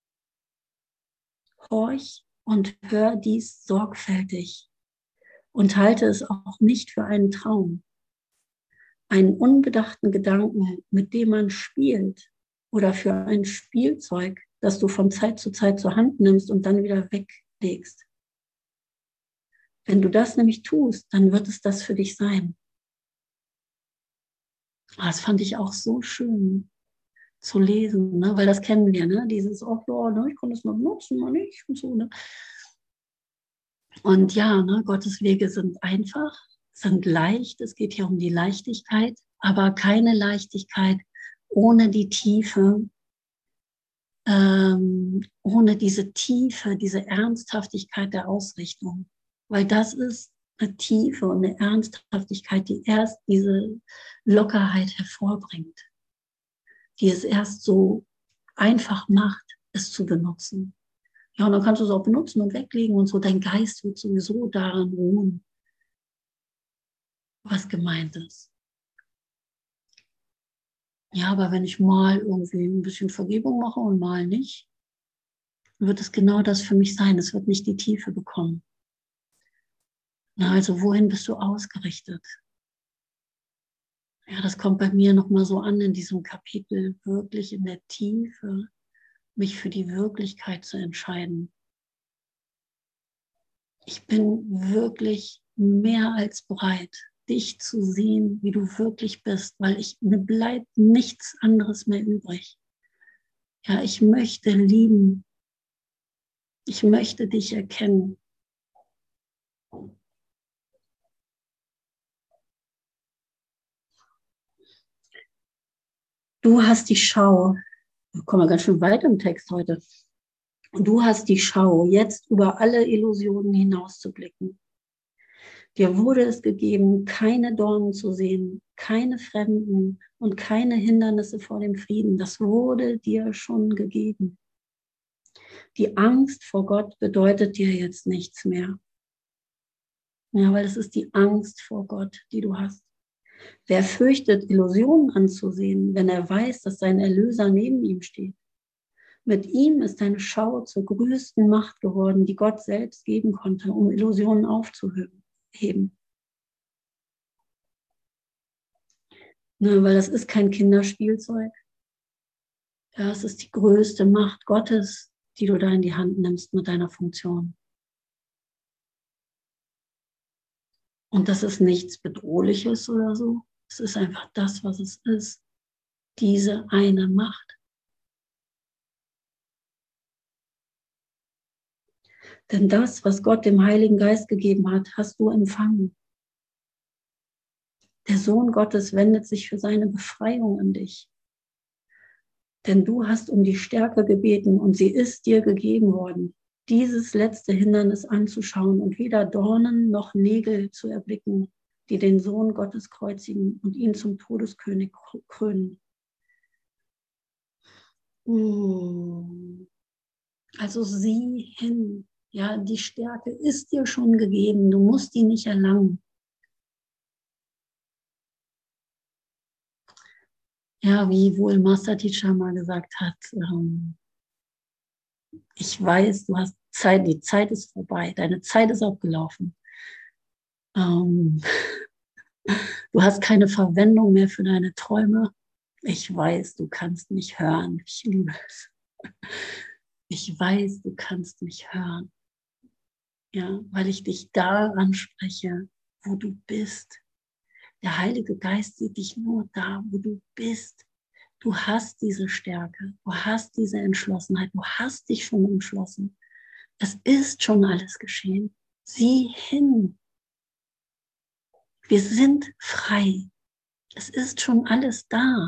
Horch und hör dies sorgfältig und halte es auch nicht für einen Traum, einen unbedachten Gedanken, mit dem man spielt, oder für ein Spielzeug, das du von Zeit zu Zeit zur Hand nimmst und dann wieder weglegst. Wenn du das nämlich tust, dann wird es das für dich sein. Das fand ich auch so schön zu lesen, ne? Weil das kennen wir, ne? Dieses, oh ja, ne, ich kann das mal benutzen, mal nicht und so. Ne? Und ja, ne, Gottes Wege sind einfach, sind leicht, es geht hier um die Leichtigkeit, aber keine Leichtigkeit ohne die Tiefe, ähm, ohne diese Tiefe, diese Ernsthaftigkeit der Ausrichtung. Weil das ist eine Tiefe und eine Ernsthaftigkeit, die erst diese Lockerheit hervorbringt, die es erst so einfach macht, es zu benutzen. Ja, und dann kannst du es auch benutzen und weglegen und so. Dein Geist wird sowieso daran ruhen, was gemeint ist. Ja, aber wenn ich mal irgendwie ein bisschen Vergebung mache und mal nicht, wird es genau das für mich sein. Es wird nicht die Tiefe bekommen. Na, also wohin bist du ausgerichtet? Ja, das kommt bei mir nochmal so an in diesem Kapitel, wirklich in der Tiefe, mich für die Wirklichkeit zu entscheiden. Ich bin wirklich mehr als bereit, dich zu sehen, wie du wirklich bist, weil ich, mir bleibt nichts anderes mehr übrig. Ja, ich möchte lieben. Ich möchte dich erkennen. Du hast die Schau. Da kommen wir ganz schön weit im Text heute. Du hast die Schau, jetzt über alle Illusionen hinauszublicken. Dir wurde es gegeben, keine Dornen zu sehen, keine Fremden und keine Hindernisse vor dem Frieden. Das wurde dir schon gegeben. Die Angst vor Gott bedeutet dir jetzt nichts mehr. Ja, weil es ist die Angst vor Gott, die du hast. Wer fürchtet, Illusionen anzusehen, wenn er weiß, dass sein Erlöser neben ihm steht? Mit ihm ist deine Schau zur größten Macht geworden, die Gott selbst geben konnte, um Illusionen aufzuheben. Ne, weil das ist kein Kinderspielzeug. Ja, es ist die größte Macht Gottes, die du da in die Hand nimmst mit deiner Funktion. Und das ist nichts Bedrohliches oder so. Es ist einfach das, was es ist. Diese eine Macht. Denn das, was Gott dem Heiligen Geist gegeben hat, hast du empfangen. Der Sohn Gottes wendet sich für seine Befreiung an dich. Denn du hast um die Stärke gebeten und sie ist dir gegeben worden, dieses letzte Hindernis anzuschauen und weder Dornen noch Nägel zu erblicken, die den Sohn Gottes kreuzigen und ihn zum Todeskönig krönen. Also sieh hin, ja, die Stärke ist dir schon gegeben, du musst die nicht erlangen. Ja, wie wohl Master Teacher mal gesagt hat, ähm, ich weiß, du hast Zeit, die Zeit ist vorbei, deine Zeit ist abgelaufen. Ähm, du hast keine Verwendung mehr für deine Träume. Ich weiß, du kannst mich hören. Ich liebe es. Ich weiß, du kannst mich hören. Ja, weil ich dich da anspreche, wo du bist. Der Heilige Geist sieht dich nur da, wo du bist. Du hast diese Stärke, du hast diese Entschlossenheit, du hast dich schon entschlossen. Es ist schon alles geschehen. Sieh hin. Wir sind frei. Es ist schon alles da.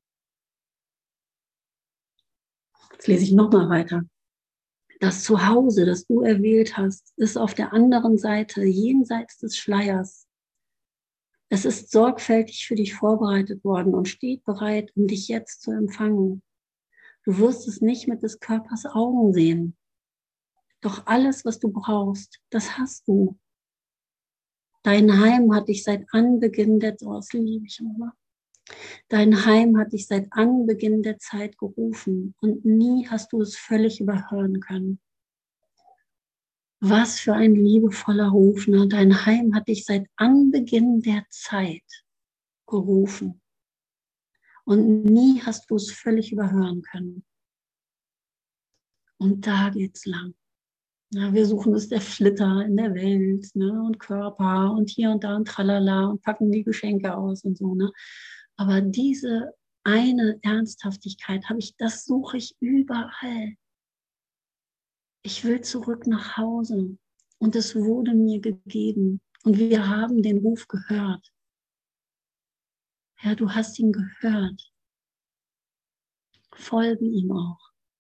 Jetzt lese ich nochmal weiter. Das Zuhause, das du erwählt hast, ist auf der anderen Seite, jenseits des Schleiers. Es ist sorgfältig für dich vorbereitet worden und steht bereit, um dich jetzt zu empfangen. Du wirst es nicht mit des Körpers Augen sehen. Doch alles, was du brauchst, das hast du. Dein Heim hat dich seit Anbeginn der oh, liebe ich immer. Dein Heim hat dich seit Anbeginn der Zeit gerufen und nie hast du es völlig überhören können. Was für ein liebevoller Ruf, ne? Dein Heim hat dich seit Anbeginn der Zeit gerufen und nie hast du es völlig überhören können. Und da geht's lang. Ja, wir suchen es der Flitter in der Welt, ne? Und Körper und hier und da und tralala und packen die Geschenke aus und so. Ne? Aber diese eine Ernsthaftigkeit habe ich, das suche ich überall. Ich will zurück nach Hause und es wurde mir gegeben und wir haben den Ruf gehört. Ja, du hast ihn gehört. Folge ihm auch.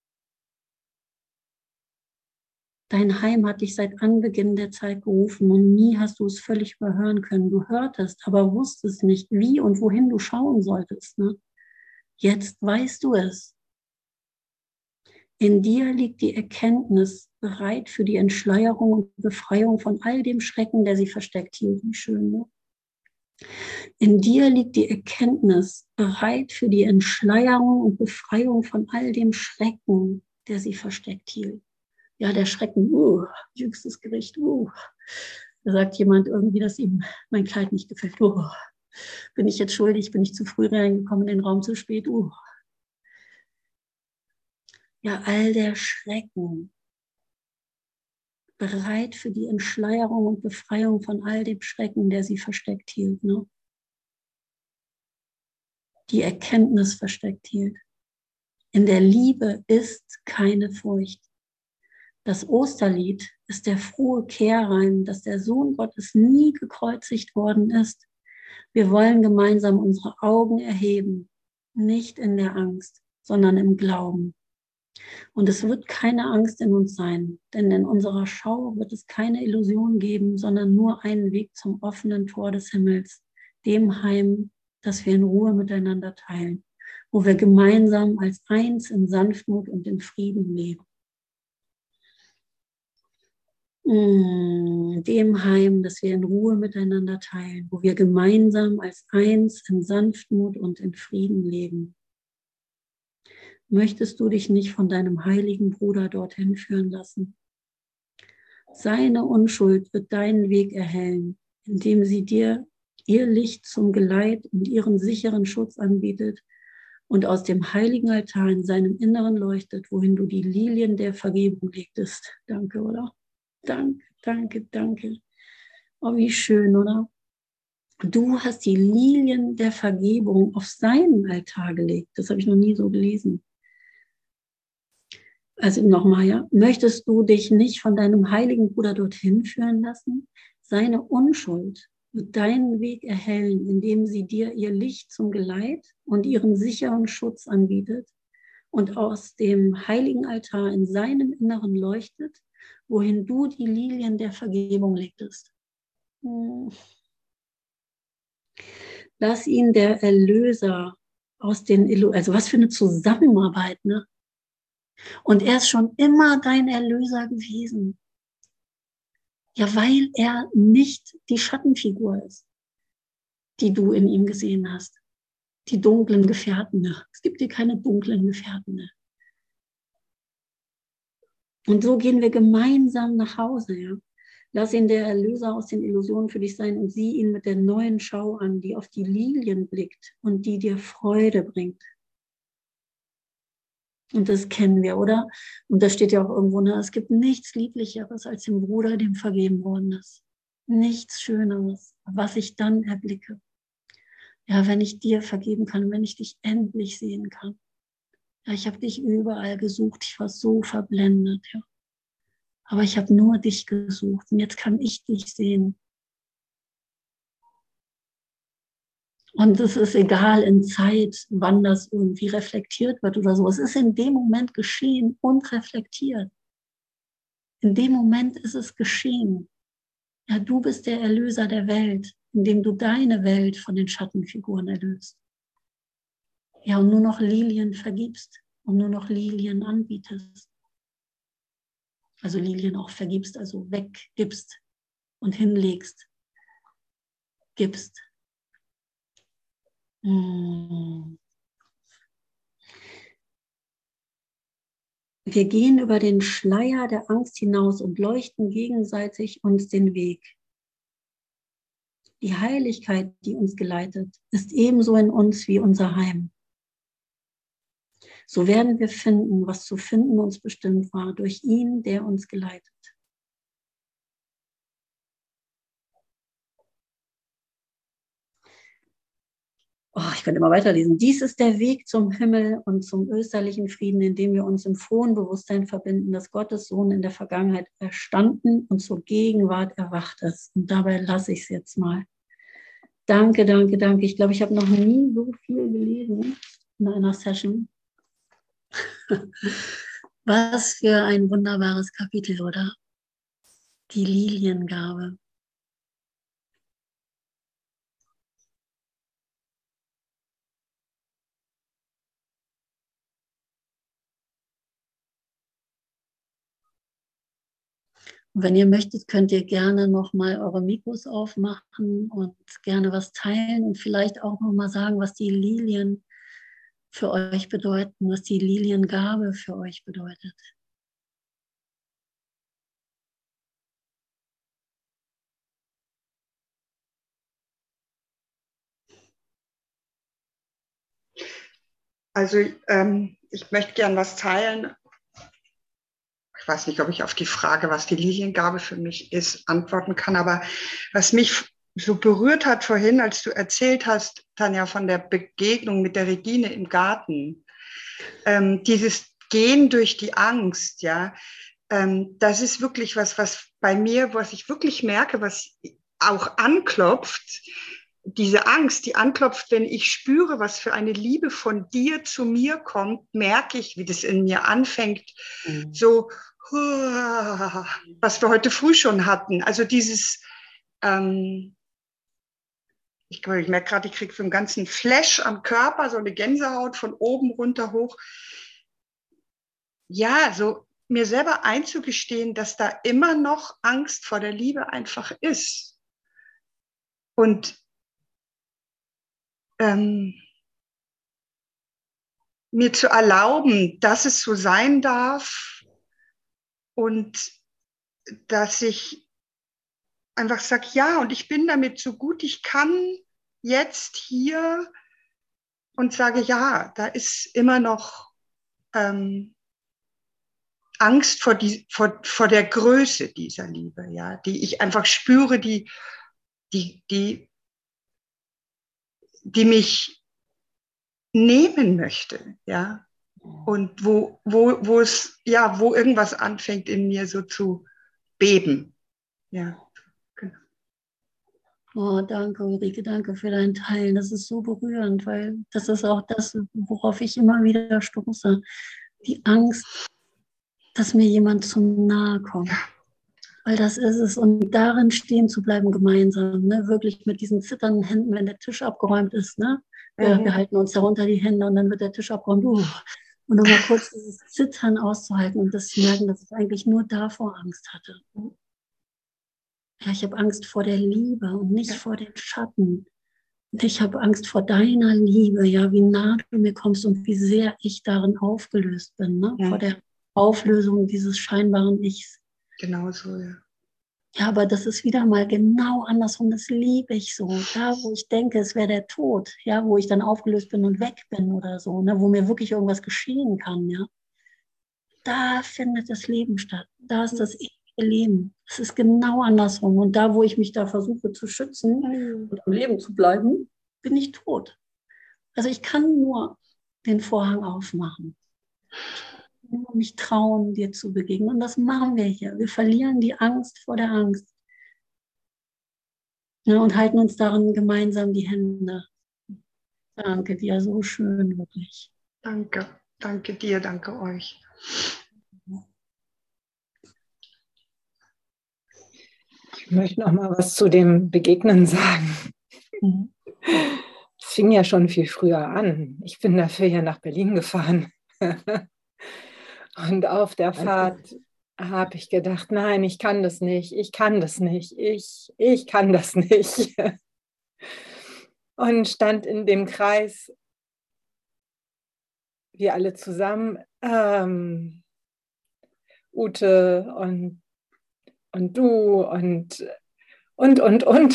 Dein Heim hat dich seit Anbeginn der Zeit gerufen und nie hast du es völlig überhören können. Du hörtest, aber wusstest nicht, wie und wohin du schauen solltest. Ne? Jetzt weißt du es. In dir liegt die Erkenntnis, bereit für die Entschleierung und Befreiung von all dem Schrecken, der sie versteckt hielt. Wie schön, ne? In dir liegt die Erkenntnis, bereit für die Entschleierung und Befreiung von all dem Schrecken, der sie versteckt hielt. Ja, der Schrecken, uh, jüngstes Gericht, uh. Da sagt jemand irgendwie, dass ihm mein Kleid nicht gefällt. Uh. Bin ich jetzt schuldig? Bin ich zu früh reingekommen in den Raum, zu spät? Uh. Ja, all der Schrecken, bereit für die Entschleierung und Befreiung von all dem Schrecken, der sie versteckt hielt. Ne? Die Erkenntnis versteckt hielt. In der Liebe ist keine Furcht. Das Osterlied ist der frohe Kehrreim, dass der Sohn Gottes nie gekreuzigt worden ist. Wir wollen gemeinsam unsere Augen erheben, nicht in der Angst, sondern im Glauben. Und es wird keine Angst in uns sein, denn in unserer Schau wird es keine Illusion geben, sondern nur einen Weg zum offenen Tor des Himmels, dem Heim, das wir in Ruhe miteinander teilen, wo wir gemeinsam als eins in Sanftmut und in Frieden leben. in dem Heim, das wir in Ruhe miteinander teilen, wo wir gemeinsam als eins in Sanftmut und in Frieden leben. Möchtest du dich nicht von deinem heiligen Bruder dorthin führen lassen? Seine Unschuld wird deinen Weg erhellen, indem sie dir ihr Licht zum Geleit und ihren sicheren Schutz anbietet und aus dem heiligen Altar in seinem Inneren leuchtet, wohin du die Lilien der Vergebung legtest. Danke, oder? Danke, danke, danke. Oh, wie schön, oder? Du hast die Lilien der Vergebung auf seinen Altar gelegt. Das habe ich noch nie so gelesen. Also nochmal, ja. Möchtest du dich nicht von deinem heiligen Bruder dorthin führen lassen? Seine Unschuld wird deinen Weg erhellen, indem sie dir ihr Licht zum Geleit und ihren sicheren Schutz anbietet und aus dem heiligen Altar in seinem Inneren leuchtet, wohin du die Lilien der Vergebung legtest. Lass ihn der Erlöser aus den, Illu- also was für eine Zusammenarbeit, ne? Und er ist schon immer dein Erlöser gewesen. Ja, weil er nicht die Schattenfigur ist, die du in ihm gesehen hast. Die dunklen Gefährten. Es gibt dir keine dunklen Gefährten. Und so gehen wir gemeinsam nach Hause. Ja? Lass ihn der Erlöser aus den Illusionen für dich sein und sieh ihn mit der neuen Schau an, die auf die Lilien blickt und die dir Freude bringt. Und das kennen wir, oder? Und das steht ja auch irgendwo, ne? Es gibt nichts Lieblicheres als dem Bruder, dem vergeben worden ist. Nichts Schöneres, was ich dann erblicke. Ja, wenn ich dir vergeben kann, wenn ich dich endlich sehen kann. Ja, ich habe dich überall gesucht, ich war so verblendet, ja. Aber ich habe nur dich gesucht und jetzt kann ich dich sehen. Und es ist egal in Zeit, wann das irgendwie reflektiert wird oder so. Es ist in dem Moment geschehen und reflektiert. In dem Moment ist es geschehen. Ja, du bist der Erlöser der Welt, indem du deine Welt von den Schattenfiguren erlöst. Ja, und nur noch Lilien vergibst und nur noch Lilien anbietest. Also Lilien auch vergibst, also weggibst und hinlegst. Gibst. Hm. Wir gehen über den Schleier der Angst hinaus und leuchten gegenseitig uns den Weg. Die Heiligkeit, die uns geleitet, ist ebenso in uns wie unser Heim. So werden wir finden, was zu finden uns bestimmt war, durch ihn, der uns geleitet. Oh, ich könnte immer weiterlesen. Dies ist der Weg zum Himmel und zum österlichen Frieden, indem wir uns im frohen Bewusstsein verbinden, dass Gottes Sohn in der Vergangenheit erstanden und zur Gegenwart erwacht ist. Und dabei lasse ich es jetzt mal. Danke, danke, danke. Ich glaube, ich habe noch nie so viel gelesen in einer Session. Was für ein wunderbares Kapitel, oder? Die Liliengabe. Und wenn ihr möchtet, könnt ihr gerne nochmal eure Mikros aufmachen und gerne was teilen und vielleicht auch nochmal sagen, was die Lilien für euch bedeuten, was die Liliengabe für euch bedeutet. Also ähm, ich möchte gern was teilen. Ich weiß nicht, ob ich auf die Frage, was die Liliengabe für mich ist, antworten kann. Aber was mich so berührt hat vorhin, als du erzählt hast, Tanja, von der Begegnung mit der Regine im Garten, ähm, dieses Gehen durch die Angst, ja, ähm, das ist wirklich was, was bei mir, was ich wirklich merke, was auch anklopft. Diese Angst, die anklopft, wenn ich spüre, was für eine Liebe von dir zu mir kommt, merke ich, wie das in mir anfängt, mhm. so, was wir heute früh schon hatten. Also dieses, ähm, ich, ich merke gerade, ich kriege so einen ganzen Flash am Körper, so eine Gänsehaut von oben runter hoch. Ja, so mir selber einzugestehen, dass da immer noch Angst vor der Liebe einfach ist. Und ähm, mir zu erlauben, dass es so sein darf und dass ich einfach sage, ja, und ich bin damit so gut ich kann jetzt hier und sage, ja, da ist immer noch ähm, Angst vor, die, vor, vor der Größe dieser Liebe, ja, die ich einfach spüre, die, die, die, die mich nehmen möchte, ja. Und wo, wo, wo es, ja, wo irgendwas anfängt in mir so zu beben. Ja, genau. Oh, danke, Ulrike, danke für dein Teilen. Das ist so berührend, weil das ist auch das, worauf ich immer wieder stoße. Die Angst, dass mir jemand zu nahe kommt. Weil das ist es. Und darin stehen zu bleiben gemeinsam, ne? Wirklich mit diesen zitternden Händen, wenn der Tisch abgeräumt ist. Ne? Wir, mhm. wir halten uns darunter die Hände und dann wird der Tisch abgeräumt. Uh. Und nochmal kurz dieses Zittern auszuhalten und das zu merken, dass ich eigentlich nur davor Angst hatte. Ja, ich habe Angst vor der Liebe und nicht ja. vor den Schatten. Und ich habe Angst vor deiner Liebe, ja, wie nah du mir kommst und wie sehr ich darin aufgelöst bin, ne? Ja. Vor der Auflösung dieses scheinbaren Ichs. Genau so, ja. Ja, aber das ist wieder mal genau andersrum, das liebe ich so. Da, wo ich denke, es wäre der Tod, ja, wo ich dann aufgelöst bin und weg bin oder so, ne, wo mir wirklich irgendwas geschehen kann, ja. Da findet das Leben statt. Da ist das ewige Leben. Es ist genau andersrum. Und da, wo ich mich da versuche zu schützen und am Leben zu bleiben, bin ich tot. Also ich kann nur den Vorhang aufmachen. Nur mich trauen, dir zu begegnen. Und das machen wir hier. Wir verlieren die Angst vor der Angst. Ja, und halten uns darin gemeinsam die Hände. Danke dir, so schön, wirklich. Danke, danke dir, danke euch. Ich möchte noch mal was zu dem Begegnen sagen. Mhm. Es fing ja schon viel früher an. Ich bin dafür ja nach Berlin gefahren. Und auf der Fahrt habe ich gedacht, nein, ich kann das nicht, ich kann das nicht, ich, ich kann das nicht. Und stand in dem Kreis, wir alle zusammen, ähm, Ute und, und du und, und, und, und.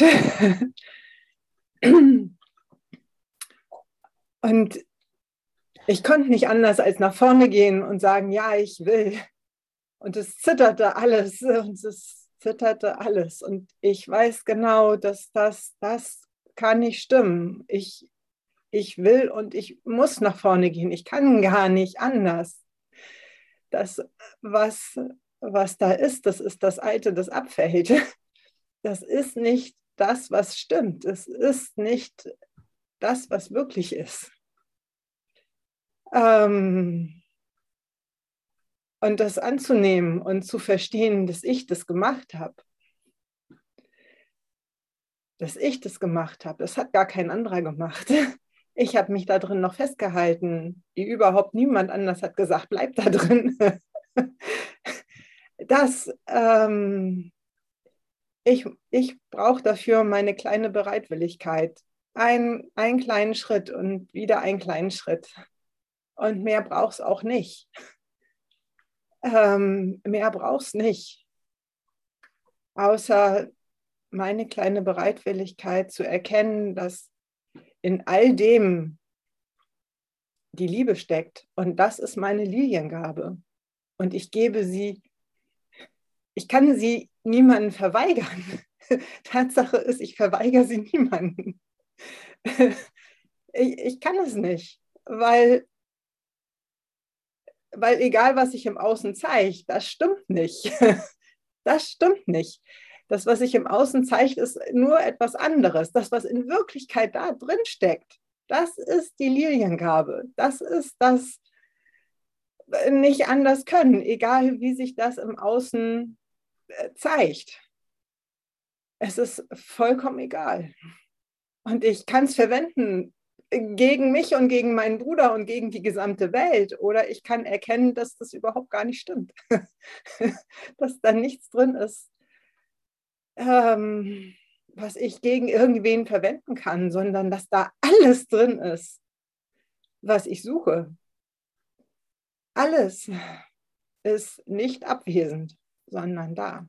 Und ich konnte nicht anders als nach vorne gehen und sagen, ja, ich will. Und es zitterte alles und es zitterte alles. Und ich weiß genau, dass das, das kann nicht stimmen. Ich, ich will und ich muss nach vorne gehen. Ich kann gar nicht anders. Das, was, was da ist, das ist das Alte, das abfällt. Das ist nicht das, was stimmt. Es ist nicht das, was wirklich ist. Ähm, und das anzunehmen und zu verstehen, dass ich das gemacht habe. Dass ich das gemacht habe. Das hat gar kein anderer gemacht. Ich habe mich da drin noch festgehalten. Wie überhaupt niemand anders hat gesagt, bleib da drin. Das, ähm, ich, ich brauche dafür meine kleine Bereitwilligkeit. Ein, einen kleinen Schritt und wieder einen kleinen Schritt. Und mehr braucht es auch nicht. Ähm, mehr braucht es nicht. Außer meine kleine Bereitwilligkeit zu erkennen, dass in all dem die Liebe steckt. Und das ist meine Liliengabe. Und ich gebe sie, ich kann sie niemandem verweigern. Tatsache ist, ich verweigere sie niemandem. Ich, ich kann es nicht, weil, weil egal, was sich im Außen zeigt, das stimmt nicht. Das stimmt nicht. Das, was sich im Außen zeigt, ist nur etwas anderes. Das, was in Wirklichkeit da drin steckt, das ist die Liliengabe. Das ist das nicht anders können, egal wie sich das im Außen zeigt. Es ist vollkommen egal. Und ich kann es verwenden, gegen mich und gegen meinen Bruder und gegen die gesamte Welt. Oder ich kann erkennen, dass das überhaupt gar nicht stimmt. Dass da nichts drin ist, ähm, was ich gegen irgendwen verwenden kann, sondern dass da alles drin ist, was ich suche. Alles ist nicht abwesend, sondern da.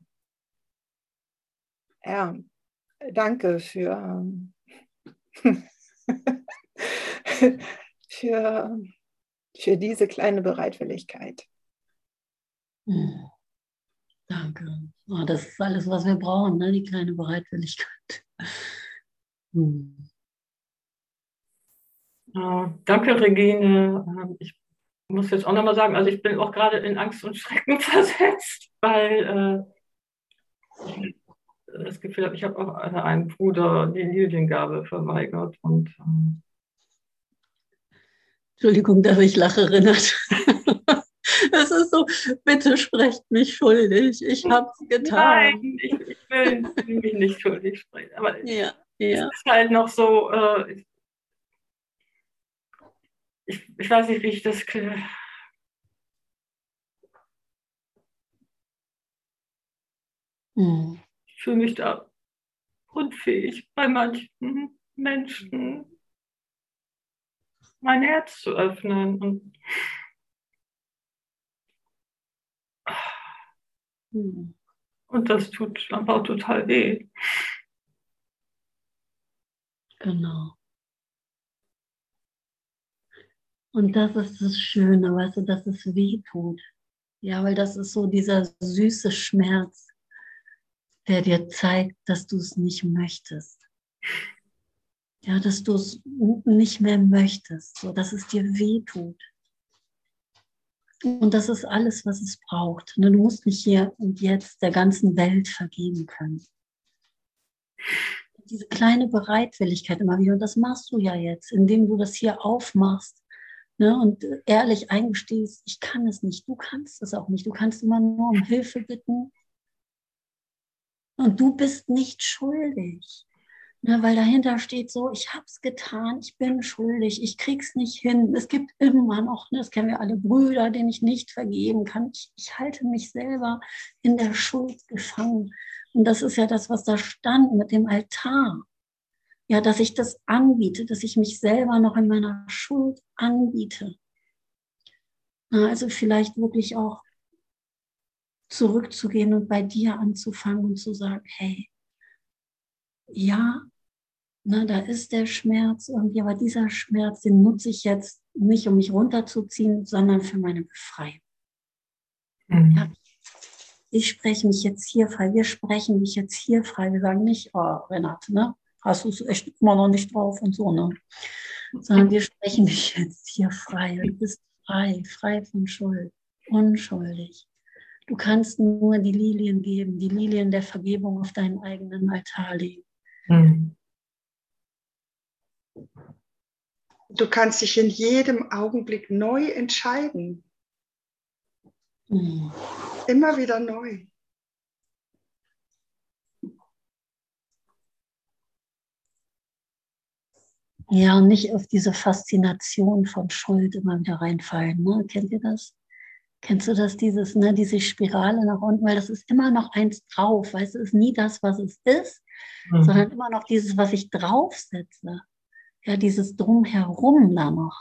Ja, danke für, für, für diese kleine Bereitwilligkeit. Hm, danke. Oh, das ist alles, was wir brauchen, ne? Die kleine Bereitwilligkeit. Hm. Ja, danke, Regine. Ähm, Ich muss jetzt auch nochmal sagen, also ich bin auch gerade in Angst und Schrecken versetzt, weil äh, ich das Gefühl habe, ich habe auch einem Bruder die Liliengabe verweigert. Und ähm, Entschuldigung, dass ich lache, Renat. Es ist so, bitte sprecht mich schuldig. Ich habe es getan. nein, ich, ich will mich nicht schuldig sprechen. Aber Ja, es ja. ist halt noch so, äh, ich, ich weiß nicht, wie ich das. Hm. Ich fühle mich da unfähig, bei manchen Menschen mein Herz zu öffnen. Und Hm. Und das tut einfach total weh. Genau. Und das ist das Schöne, weißt du, dass es weh tut. Ja, weil das ist so dieser süße Schmerz, der dir zeigt, dass du es nicht möchtest. Ja, dass du es nicht mehr möchtest, so dass es dir weh tut. Und das ist alles, was es braucht. Du musst nicht hier und jetzt der ganzen Welt vergeben können. Diese kleine Bereitwilligkeit immer wieder, und das machst du ja jetzt, indem du das hier aufmachst, ne, und ehrlich eingestehst, ich kann es nicht, du kannst es auch nicht. Du kannst immer nur um Hilfe bitten. Und du bist nicht schuldig. Ne, weil dahinter steht so, ich habe es getan, ich bin schuldig, ich krieg's nicht hin. Es gibt immer noch, ne, das kennen wir alle, Brüder, denen ich nicht vergeben kann. Ich, ich halte mich selber in der Schuld gefangen. Und das ist ja das, was da stand mit dem Altar. Ja, dass ich das anbiete, dass ich mich selber noch in meiner Schuld anbiete. Na, also vielleicht wirklich auch zurückzugehen und bei dir anzufangen und zu sagen, hey, ja, na, da ist der Schmerz irgendwie, aber dieser Schmerz, den nutze ich jetzt nicht, um mich runterzuziehen, sondern für meine Befreiung. Mhm. Ja, ich spreche mich jetzt hier frei, wir sprechen mich jetzt hier frei. Wir sagen nicht, oh, Renate, ne, hast du es echt immer noch nicht drauf und so, ne? Sondern wir sprechen dich jetzt hier frei. Du bist frei, frei von Schuld, unschuldig. Du kannst nur die Lilien geben, die Lilien der Vergebung auf deinen eigenen Altar legen. Mhm. Du kannst dich in jedem Augenblick neu entscheiden. Mhm. Immer wieder neu. Ja, und nicht auf diese Faszination von Schuld immer wieder reinfallen. Ne? Kennt ihr das? Kennst du das, dieses, ne, diese Spirale nach unten? Weil das ist immer noch eins drauf. Weißt du, es ist nie das, was es ist, mhm. sondern immer noch dieses, was ich draufsetze. Ja, dieses Drumherum da noch.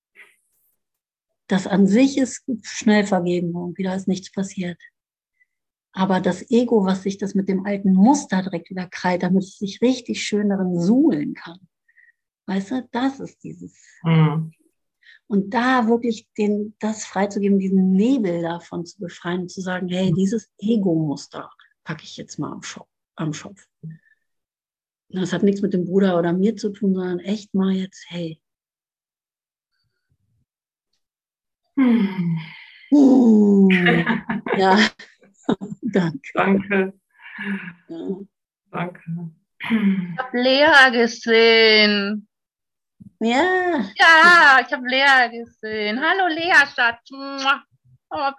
Das an sich ist schnell vergeben und wieder ist nichts passiert. Aber das Ego, was sich das mit dem alten Muster direkt wieder krallt, damit es sich richtig schön darin suhlen kann. Weißt du, das ist dieses. Mhm. Und da wirklich den, das freizugeben, diesen Nebel davon zu befreien und zu sagen, hey, dieses Ego-Muster packe ich jetzt mal am Schopf. Am Schopf. Das hat nichts mit dem Bruder oder mir zu tun, sondern echt mal jetzt, hey. Hm. Uh, ja, danke. Danke. Ja. Danke. Ich habe Lea gesehen. Ja. Ja, ich habe Lea gesehen. Hallo Lea, Schatz. Oh,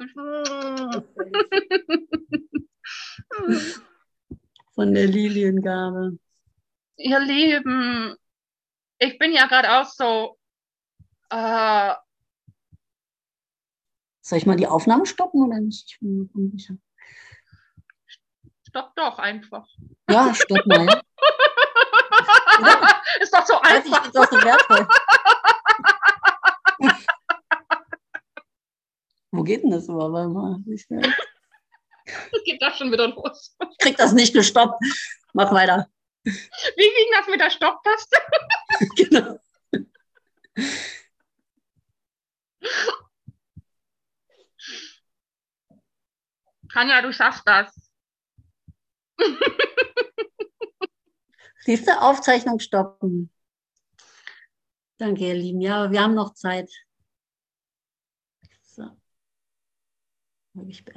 von der Liliengabe. Ihr Lieben, ich bin ja gerade auch so, äh, Soll ich mal die Aufnahme stoppen oder nicht? Ich bin mir unsicher. stopp doch einfach. Ja, stopp mal. Ja. Ist doch so Weiß ich, einfach. ist auch so wertvoll. Wo geht denn das überhaupt? Warte mal. Ich Geht das schon wieder los? krieg das nicht gestoppt. Mach weiter. Wie ging das mit der Stopptaste? Genau. Tanja, du schaffst das. Siehst du, Aufzeichnung stoppen. Danke, ihr Lieben. Ja, wir haben noch Zeit. So. Habe ich